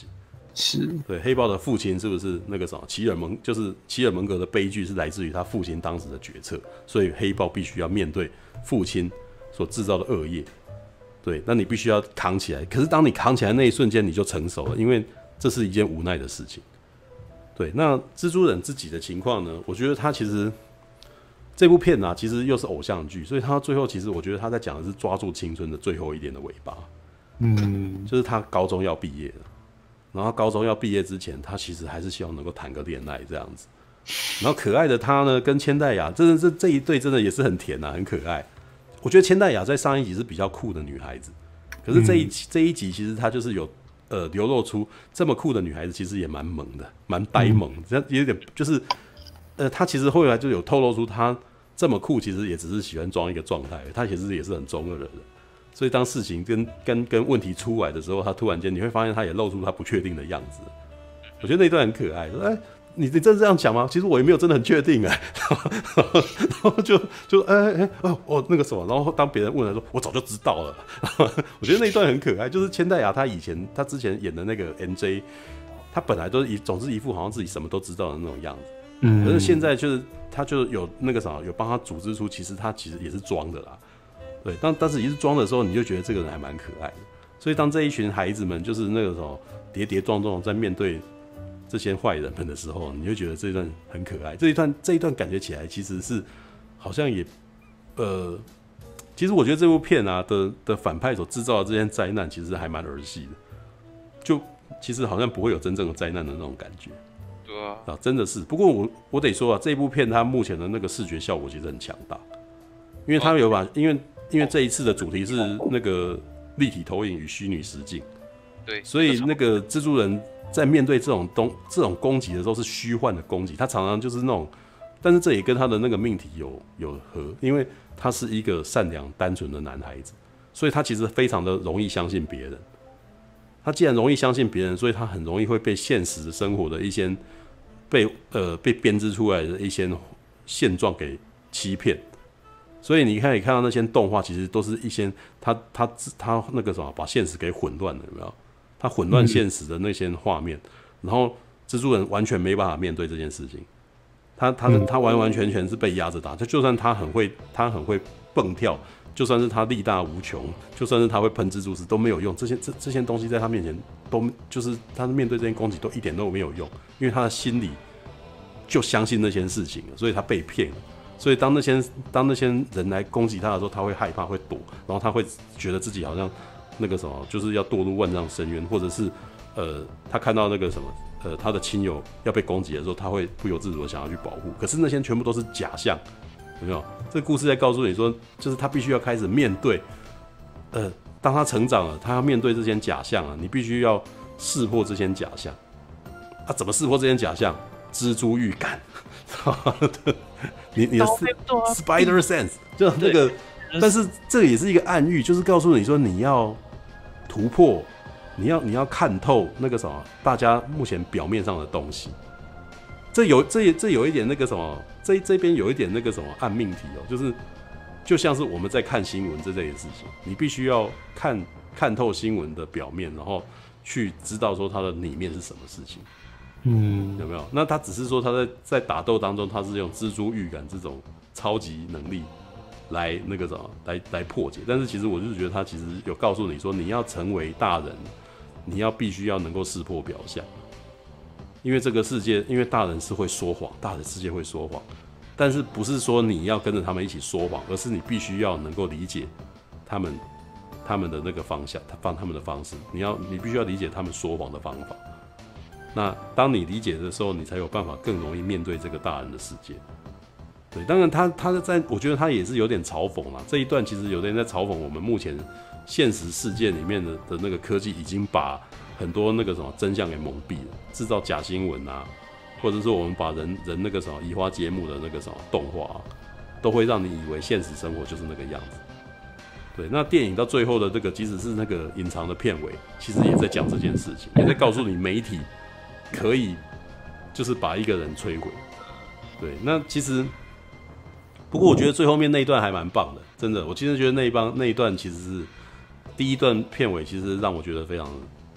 Speaker 3: 是
Speaker 1: 对黑豹的父亲是不是那个什么齐尔蒙，就是齐尔蒙格的悲剧是来自于他父亲当时的决策，所以黑豹必须要面对父亲所制造的恶业。对，那你必须要扛起来。可是当你扛起来那一瞬间，你就成熟了，因为这是一件无奈的事情。对，那蜘蛛人自己的情况呢？我觉得他其实这部片啊，其实又是偶像剧，所以他最后其实我觉得他在讲的是抓住青春的最后一点的尾巴。嗯，就是他高中要毕业了，然后高中要毕业之前，他其实还是希望能够谈个恋爱这样子。然后可爱的他呢，跟千代雅，真的是这一对真的也是很甜啊，很可爱。我觉得千代雅在上一集是比较酷的女孩子，可是这一、嗯、这一集其实她就是有呃流露出这么酷的女孩子其实也蛮萌的，蛮呆萌，这样有点就是呃她其实后来就有透露出她这么酷，其实也只是喜欢装一个状态，她其实也是很中二的人。所以当事情跟跟跟问题出来的时候，她突然间你会发现她也露出她不确定的样子。我觉得那一段很可爱，说哎。你你真的这样讲吗？其实我也没有真的很确定哎，然后就就哎哎哦哦那个什么，然后当别人问了说，我早就知道了。我觉得那一段很可爱，就是千代雅她以前她之前演的那个 M J， 她本来都是总是一副好像自己什么都知道的那种样子，嗯，可是现在就是她就有那个啥，有帮她组织出，其实她其实也是装的啦，对，但但是一是装的时候，你就觉得这个人还蛮可爱的。所以当这一群孩子们就是那个什么跌跌撞撞在面对这些坏人们的时候，你就觉得这一段很可爱。这一段这一段感觉起来其实是好像也呃，其实我觉得这部片啊的的反派所制造的这些灾难，其实还蛮儿戏的，就其实好像不会有真正的灾难的那种感觉。
Speaker 2: 对啊，
Speaker 1: 啊，真的是。不过我我得说啊，这部片它目前的那个视觉效果其实很强大，因为它有把，因为因为这一次的主题是那个立体投影与虚拟实境，
Speaker 2: 对，
Speaker 1: 所以那个蜘蛛人在面对这种东这种攻击的时候是虚幻的攻击，他常常就是那种，但是这也跟他的那个命题有有合，因为他是一个善良单纯的男孩子，所以他其实非常的容易相信别人。他既然容易相信别人，所以他很容易会被现实生活的一些被呃被编织出来的一些现状给欺骗。所以你看，你看到那些动画，其实都是一些他他他那个什么，把现实给混乱了，有没有？他混乱现实的那些画面，然后蜘蛛人完全没办法面对这件事情，他他他完完全全是被压着打，就就算他很会他很会蹦跳，就算是他力大无穷，就算是他会喷蜘蛛丝都没有用，这些这这些东西在他面前都就是他面对这些攻击都一点都没有用，因为他的心里就相信那些事情了，所以他被骗了。所以当那些当那些人来攻击他的时候，他会害怕，会躲，然后他会觉得自己好像那个什么，就是要堕入万丈深渊，或者是呃，他看到那个什么，呃，他的亲友要被攻击的时候，他会不由自主的想要去保护。可是那些全部都是假象，有没有？这个故事在告诉你说，就是他必须要开始面对，呃，当他成长了，他要面对这些假象啊，你必须要识破这些假象。啊，怎么识破这些假象？蜘蛛预感。你你的 Spider Sense 就那个，但是这也是一个暗喻，就是告诉你说你要突破，你要你要看透那个什么，大家目前表面上的东西。这有这这有一点那个什么，这这边有一点那个什么暗命题哦，就是就像是我们在看新闻这类的事情，你必须要看看透新闻的表面，然后去知道说它的里面是什么事情。嗯，有没有？那他只是说他在在打斗当中，他是用蜘蛛预感这种超级能力来那个什么，来来破解。但是其实我就是觉得他其实有告诉你说，你要成为大人，你要必须要能够识破表象，因为这个世界，因为大人是会说谎，大人世界会说谎，但是不是说你要跟着他们一起说谎，而是你必须要能够理解他们他们的那个方向，放他们的方式，你要你必须要理解他们说谎的方法。那当你理解的时候，你才有办法更容易面对这个大人的世界。对，当然他他在，我觉得他也是有点嘲讽啦。这一段其实有点在嘲讽我们目前现实世界里面的的那个科技，已经把很多那个什么真相给蒙蔽了，制造假新闻啊，或者说我们把人人那个什么移花接木的那个什么动画、啊，都会让你以为现实生活就是那个样子。对，那电影到最后的这个，即使是那个隐藏的片尾，其实也在讲这件事情，也在告诉你媒体可以就是把一个人摧毁。对，那其实不过我觉得最后面那一段还蛮棒的，真的，我其实觉得那一帮那一段其实是第一段片尾，其实让我觉得非常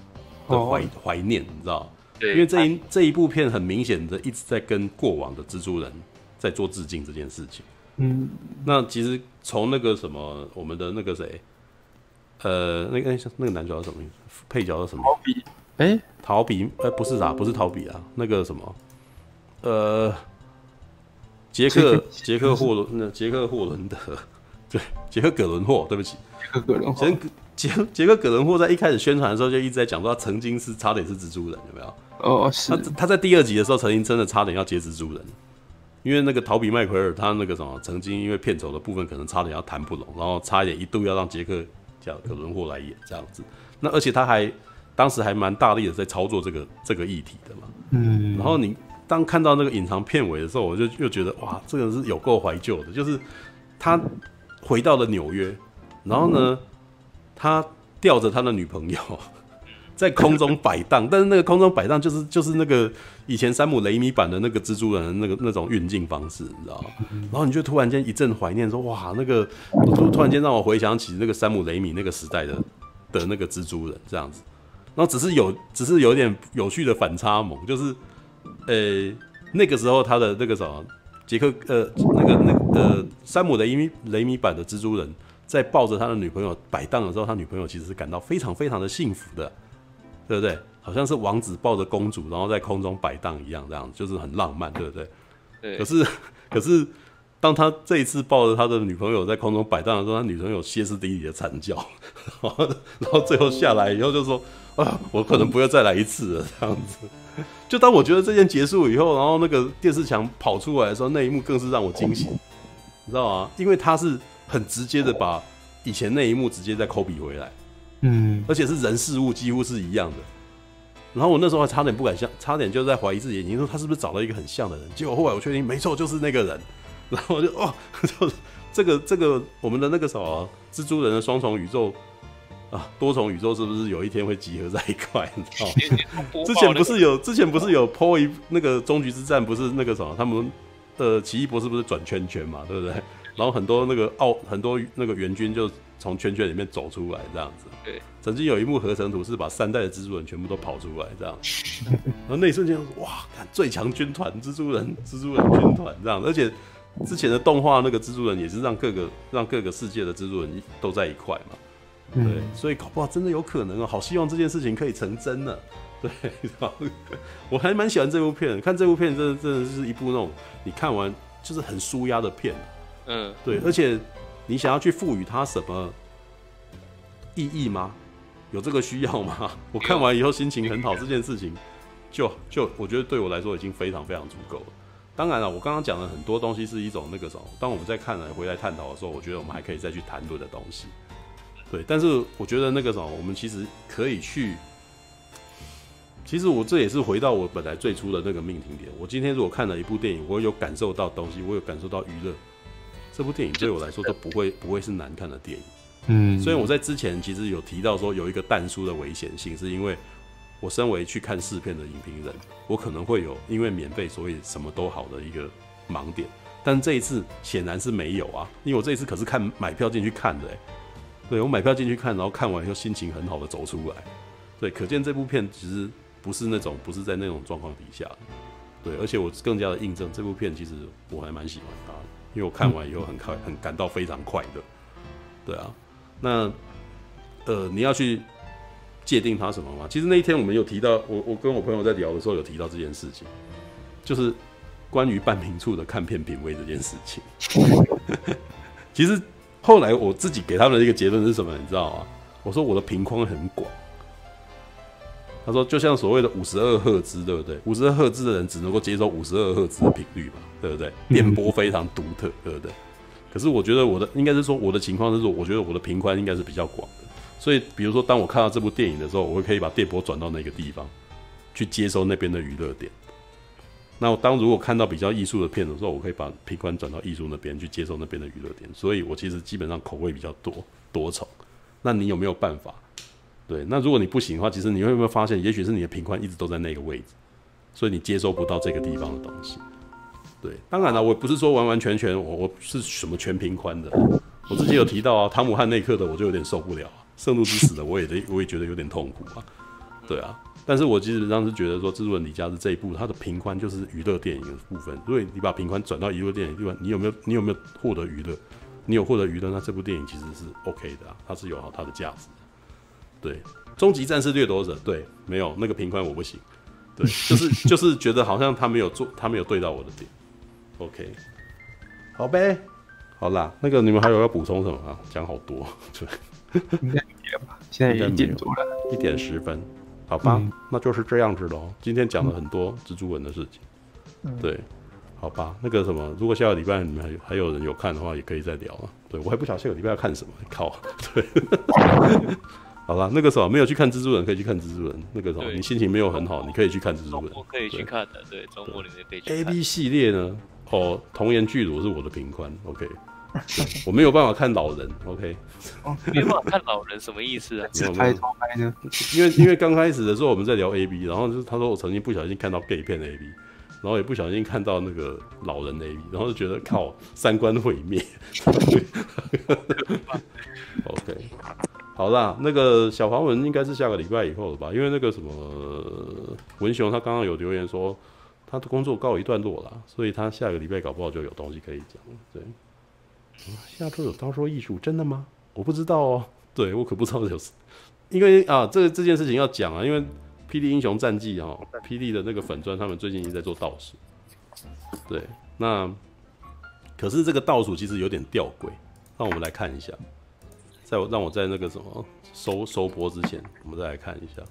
Speaker 1: 的怀怀念，你知道？对，因为这一这一部片很明显的一直在跟过往的蜘蛛人在做致敬这件事情。嗯，那其实从那个什么，我们的那个谁，呃，那个那个男主角叫什么名字？配角叫什么？
Speaker 3: 逃避？哎、欸，
Speaker 1: 逃避？呃，不是啥，不是逃避啊，那个什么，呃，杰克杰克霍伦，那杰克霍伦德，对，杰克葛伦霍，对不起，
Speaker 3: 杰克葛伦霍。
Speaker 1: 杰杰克葛伦霍在一开始宣传的时候就一直在讲说他曾经是差点是蜘蛛人，有没有？
Speaker 3: 哦，是。
Speaker 1: 他他在第二集的时候曾经真的差点要接蜘蛛人，因为那个逃避麦奎尔他那个什么曾经因为片酬的部分可能差点要谈不拢，然后差一点一度要让杰克叫葛伦霍来演这样子。那而且他还当时还蛮大力的在操作这个这个议题的嘛。嗯。然后你当看到那个隐藏片尾的时候，我就又觉得哇，这个是有够怀旧的，就是他回到了纽约，然后呢。他吊着他的女朋友在空中摆荡，但是那个空中摆荡就是就是那个以前山姆雷米版的那个蜘蛛人的那个那种运镜方式，你知道吗？然后你就突然间一阵怀念，说哇，那个突突然间让我回想起那个山姆雷米那个时代的的那个蜘蛛人这样子。然后只是有只是有点有趣的反差萌，就是呃那个时候他的那个什么杰克呃那个那个呃山姆雷米雷米版的蜘蛛人。在抱着他的女朋友摆荡的时候，他女朋友其实是感到非常非常的幸福的，对不对？好像是王子抱着公主，然后在空中摆荡一样，这样就是很浪漫，对不对？对。可是，可是，当他这一次抱着他的女朋友在空中摆荡的时候，他女朋友歇斯底里的惨叫，然后，然后最后下来以后就说：“啊，我可能不会再来一次了。”这样子。就当我觉得这件结束以后，然后那个电视墙跑出来的时候，那一幕更是让我惊喜，你知道吗？因为他是。很直接的把以前那一幕直接再抠比回来，嗯，而且是人事物几乎是一样的。然后我那时候还差点不敢相，差点就在怀疑自己眼睛，说他是不是找到一个很像的人？结果后来我确定没错，就是那个人。然后我就哦，就这个这个我们的那个什么蜘蛛人的双重宇宙啊，多重宇宙是不是有一天会集合在一块？你知道吗？之前不是有之前不是有 po 一那个终局之战，不是那个什么他们呃奇异博士不是转圈圈嘛，对不对？然后很多那个奥很多那个援军就从圈圈里面走出来，这样子。对，曾经有一幕合成图是把三代的蜘蛛人全部都跑出来，这样。然后那一瞬间，哇，看最强军团蜘蛛人，蜘蛛人军团这样。而且之前的动画那个蜘蛛人也是让各个让各个世界的蜘蛛人都在一块嘛。对，嗯、所以搞不好真的有可能哦，好希望这件事情可以成真呢。对，我还蛮喜欢这部片，看这部片真的真的是一部那种你看完就是很舒压的片。嗯，对，而且你想要去赋予它什么意义吗？有这个需要吗？我看完以后心情很好，这件事情就就我觉得对我来说已经非常非常足够了。当然了，我刚刚讲的很多东西是一种那个什么，当我们在看了回来探讨的时候，我觉得我们还可以再去谈论的东西。对，但是我觉得那个什么，我们其实可以去。其实我这也是回到我本来最初的那个命题点。我今天如果看了一部电影，我有感受到东西，我有感受到娱乐。这部电影对我来说都不会不会是难看的电影，嗯，虽然我在之前其实有提到说有一个但书的危险性，是因为我身为去看试片的影评人，我可能会有因为免费所以什么都好的一个盲点，但这一次显然是没有啊，因为我这一次可是看买票进去看的、欸，对我买票进去看，然后看完以后心情很好的走出来，对，可见这部片其实不是那种不是在那种状况底下的，对，而且我更加的印证这部片其实我还蛮喜欢它的。因为我看完以后很快很感到非常快乐，对啊，那呃你要去界定它什么吗？其实那一天我们有提到，我我跟我朋友在聊的时候有提到这件事情，就是关于半评处的看片品味这件事情。其实后来我自己给他们的一个结论是什么，你知道吗？我说我的频宽很广。他说，就像所谓的五十二赫兹，对不对？五十二赫兹的人只能够接受五十二赫兹的频率嘛，对不对？电波非常独特，对不对？可是我觉得我的应该是说我的情况是说，我觉得我的频宽应该是比较广的。所以，比如说，当我看到这部电影的时候，我可以把电波转到那个地方，去接收那边的娱乐点。那我当如果看到比较艺术的片的时候，我可以把频宽转到艺术那边去接收那边的娱乐点。所以我其实基本上口味比较多多重。那你有没有办法？对，那如果你不行的话，其实你会不会发现，也许是你的频宽一直都在那个位置，所以你接收不到这个地方的东西。对，当然了，我不是说完完全全我我是什么全频宽的。我之前有提到啊，汤姆汉内克的我就有点受不了、啊，圣路之死的我也我也觉得有点痛苦啊。 对啊。但是我基本上是觉得说，《蜘蛛人李家》是这一部，它的频宽就是娱乐电影的部分。所以你把频宽转到娱乐电影的地方，你有没有你有没有获得娱乐？你有获得娱乐，那这部电影其实是 OK 的啊，它是有它的价值的。对，《终极战士掠夺者》对，没有那个频宽我不行。对，就是就是觉得好像他没有做，他没有对到我的点。OK， 好呗，好啦，那个你们还有要补充什么啊？讲好多，
Speaker 3: 对，应该没有吧？现在也一点多了，
Speaker 1: 一点十分，好吧，嗯、那就是这样子咯。今天讲了很多蜘蛛人的事情，嗯、对，好吧，那个什么，如果下个礼拜你们还有还有人有看的话，也可以再聊啊。对我还不晓得下个礼拜要看什么，靠，对。好啦，那个什么没有去看蜘蛛人，可以去看蜘蛛人。那个什么，你心情没有很好，你可以去看蜘蛛人。
Speaker 2: 周末可以去看的，对，周末里面可以去看。
Speaker 1: A B 系列呢？哦，童颜巨乳是我的频宽 ，OK。我没有办法看老人 ，OK。
Speaker 2: 哦，没办法看老人什么意思啊？
Speaker 3: 自拍偷拍呢？
Speaker 1: 因为因为刚开始的时候我们在聊 A B， 然后就是他说我曾经不小心看到 gay 片 A B， 然后也不小心看到那个老人 A B， 然后就觉得靠三观毁灭。OK。好啦，那个小黄文应该是下个礼拜以后了吧？因为那个什么文雄他刚刚有留言说他的工作告一段落啦，所以他下个礼拜搞不好就有东西可以讲。对，下周有刀说艺术，真的吗？我不知道哦。对我可不知道有，因为啊，这这件事情要讲啊，因为霹雳英雄战记哦，霹雳的那个粉专他们最近已经在做倒数。对，那可是这个倒数其实有点吊诡，让我们来看一下。在我让我在那个什么收收播之前，我们再来看一下。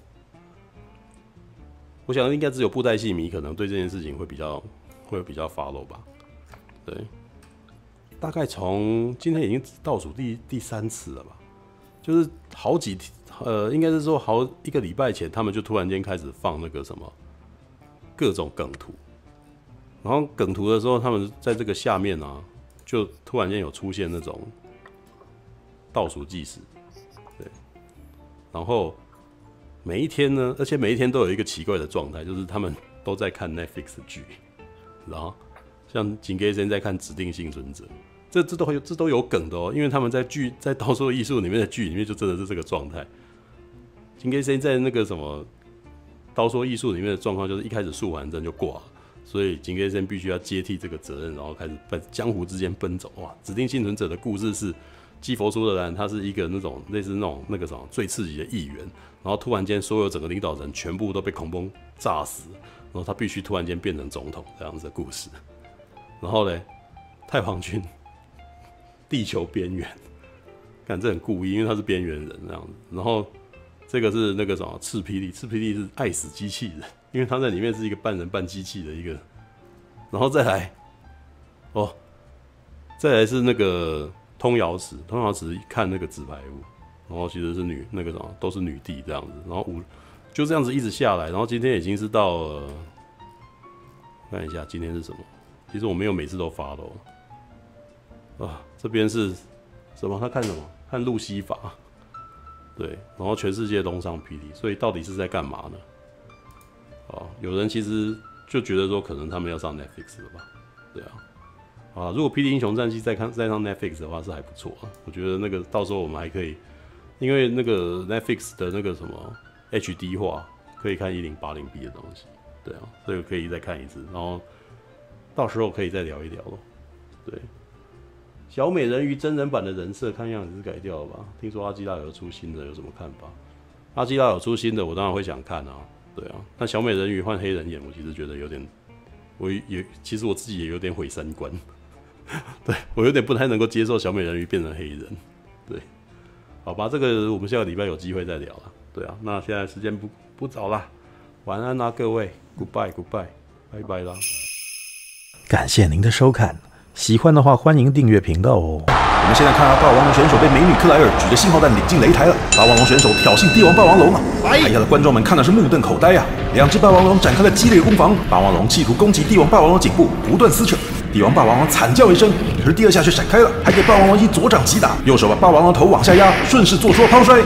Speaker 1: 我想应该只有布袋戏迷可能对这件事情会比较会比较 follow 吧。对，大概从今天已经倒数第第三次了吧，就是好几呃，应该是说好一个礼拜前，他们就突然间开始放那个什么各种梗图，然后梗图的时候，他们在这个下面啊，就突然间有出现那种。倒数计时，对，然后每一天呢，而且每一天都有一个奇怪的状态，就是他们都在看 Netflix 的剧，然后像井盖先在看《指定幸存者》，这这都有这都有梗的哦，因为他们在剧在倒数艺术里面的剧里面就真的是这个状态。井盖先在那个什么倒数艺术里面的状况，就是一开始素还真就挂了，所以井盖先必须要接替这个责任，然后开始在江湖之间奔走。哇，《指定幸存者》的故事是。基佛苏德兰他是一个那种类似那种那个什么最刺激的议员，然后突然间所有整个领导人全部都被恐崩炸死，然后他必须突然间变成总统这样子的故事。然后呢，太皇军地球边缘，看这很故意，因为他是边缘人这样子。然后这个是那个什么赤霹雳，赤霹雳是爱死机器人，因为他在里面是一个半人半机器的一个。然后再来，哦，再来是那个。通瑶池，通瑶池看那个纸牌屋，然后其实是女那个什么都是女帝这样子，然后五就这样子一直下来，然后今天已经是到了，看一下今天是什么？其实我没有每次都发的啊，这边是什么？他看什么？看路西法，对，然后全世界东上霹雳，所以到底是在干嘛呢？哦，有人其实就觉得说，可能他们要上 Netflix 了吧？对啊。啊，如果《霹雳英雄战记》再看再上 Netflix 的话是还不错啊，我觉得那个到时候我们还可以，因为那个 Netflix 的那个什么 H D 化可以看一零八零 P 的东西，对啊，所以可以再看一次，然后到时候可以再聊一聊咯。对，小美人鱼真人版的人设看样子是改掉了吧？听说阿基拉有出新的，有什么看法？阿基拉有出新的，我当然会想看啊，对啊，但小美人鱼换黑人演，我其实觉得有点，我也其实我自己也有点毁三观。对我有点不太能够接受小美人鱼变成黑人，对，好吧，这个我们下个礼拜有机会再聊了，对啊，那现在时间不不早啦，晚安啦各位 ，Goodbye Goodbye， 拜拜啦，
Speaker 5: 感谢您的收看，喜欢的话欢迎订阅频道哦。
Speaker 6: 我们现在看到霸王龙选手被美女克莱尔举着信号弹领进擂台了，霸王龙选手挑衅帝王霸王龙啊！台下的观众们看的是目瞪口呆啊！两只霸王龙展开了激烈攻防，霸王龙企图攻击帝王霸王龙颈部，不断撕扯。帝王霸王龙惨叫一声，可是第二下却闪开了，还给霸王龙一左掌击打，右手把霸王龙头往下压，顺势做出了抛摔。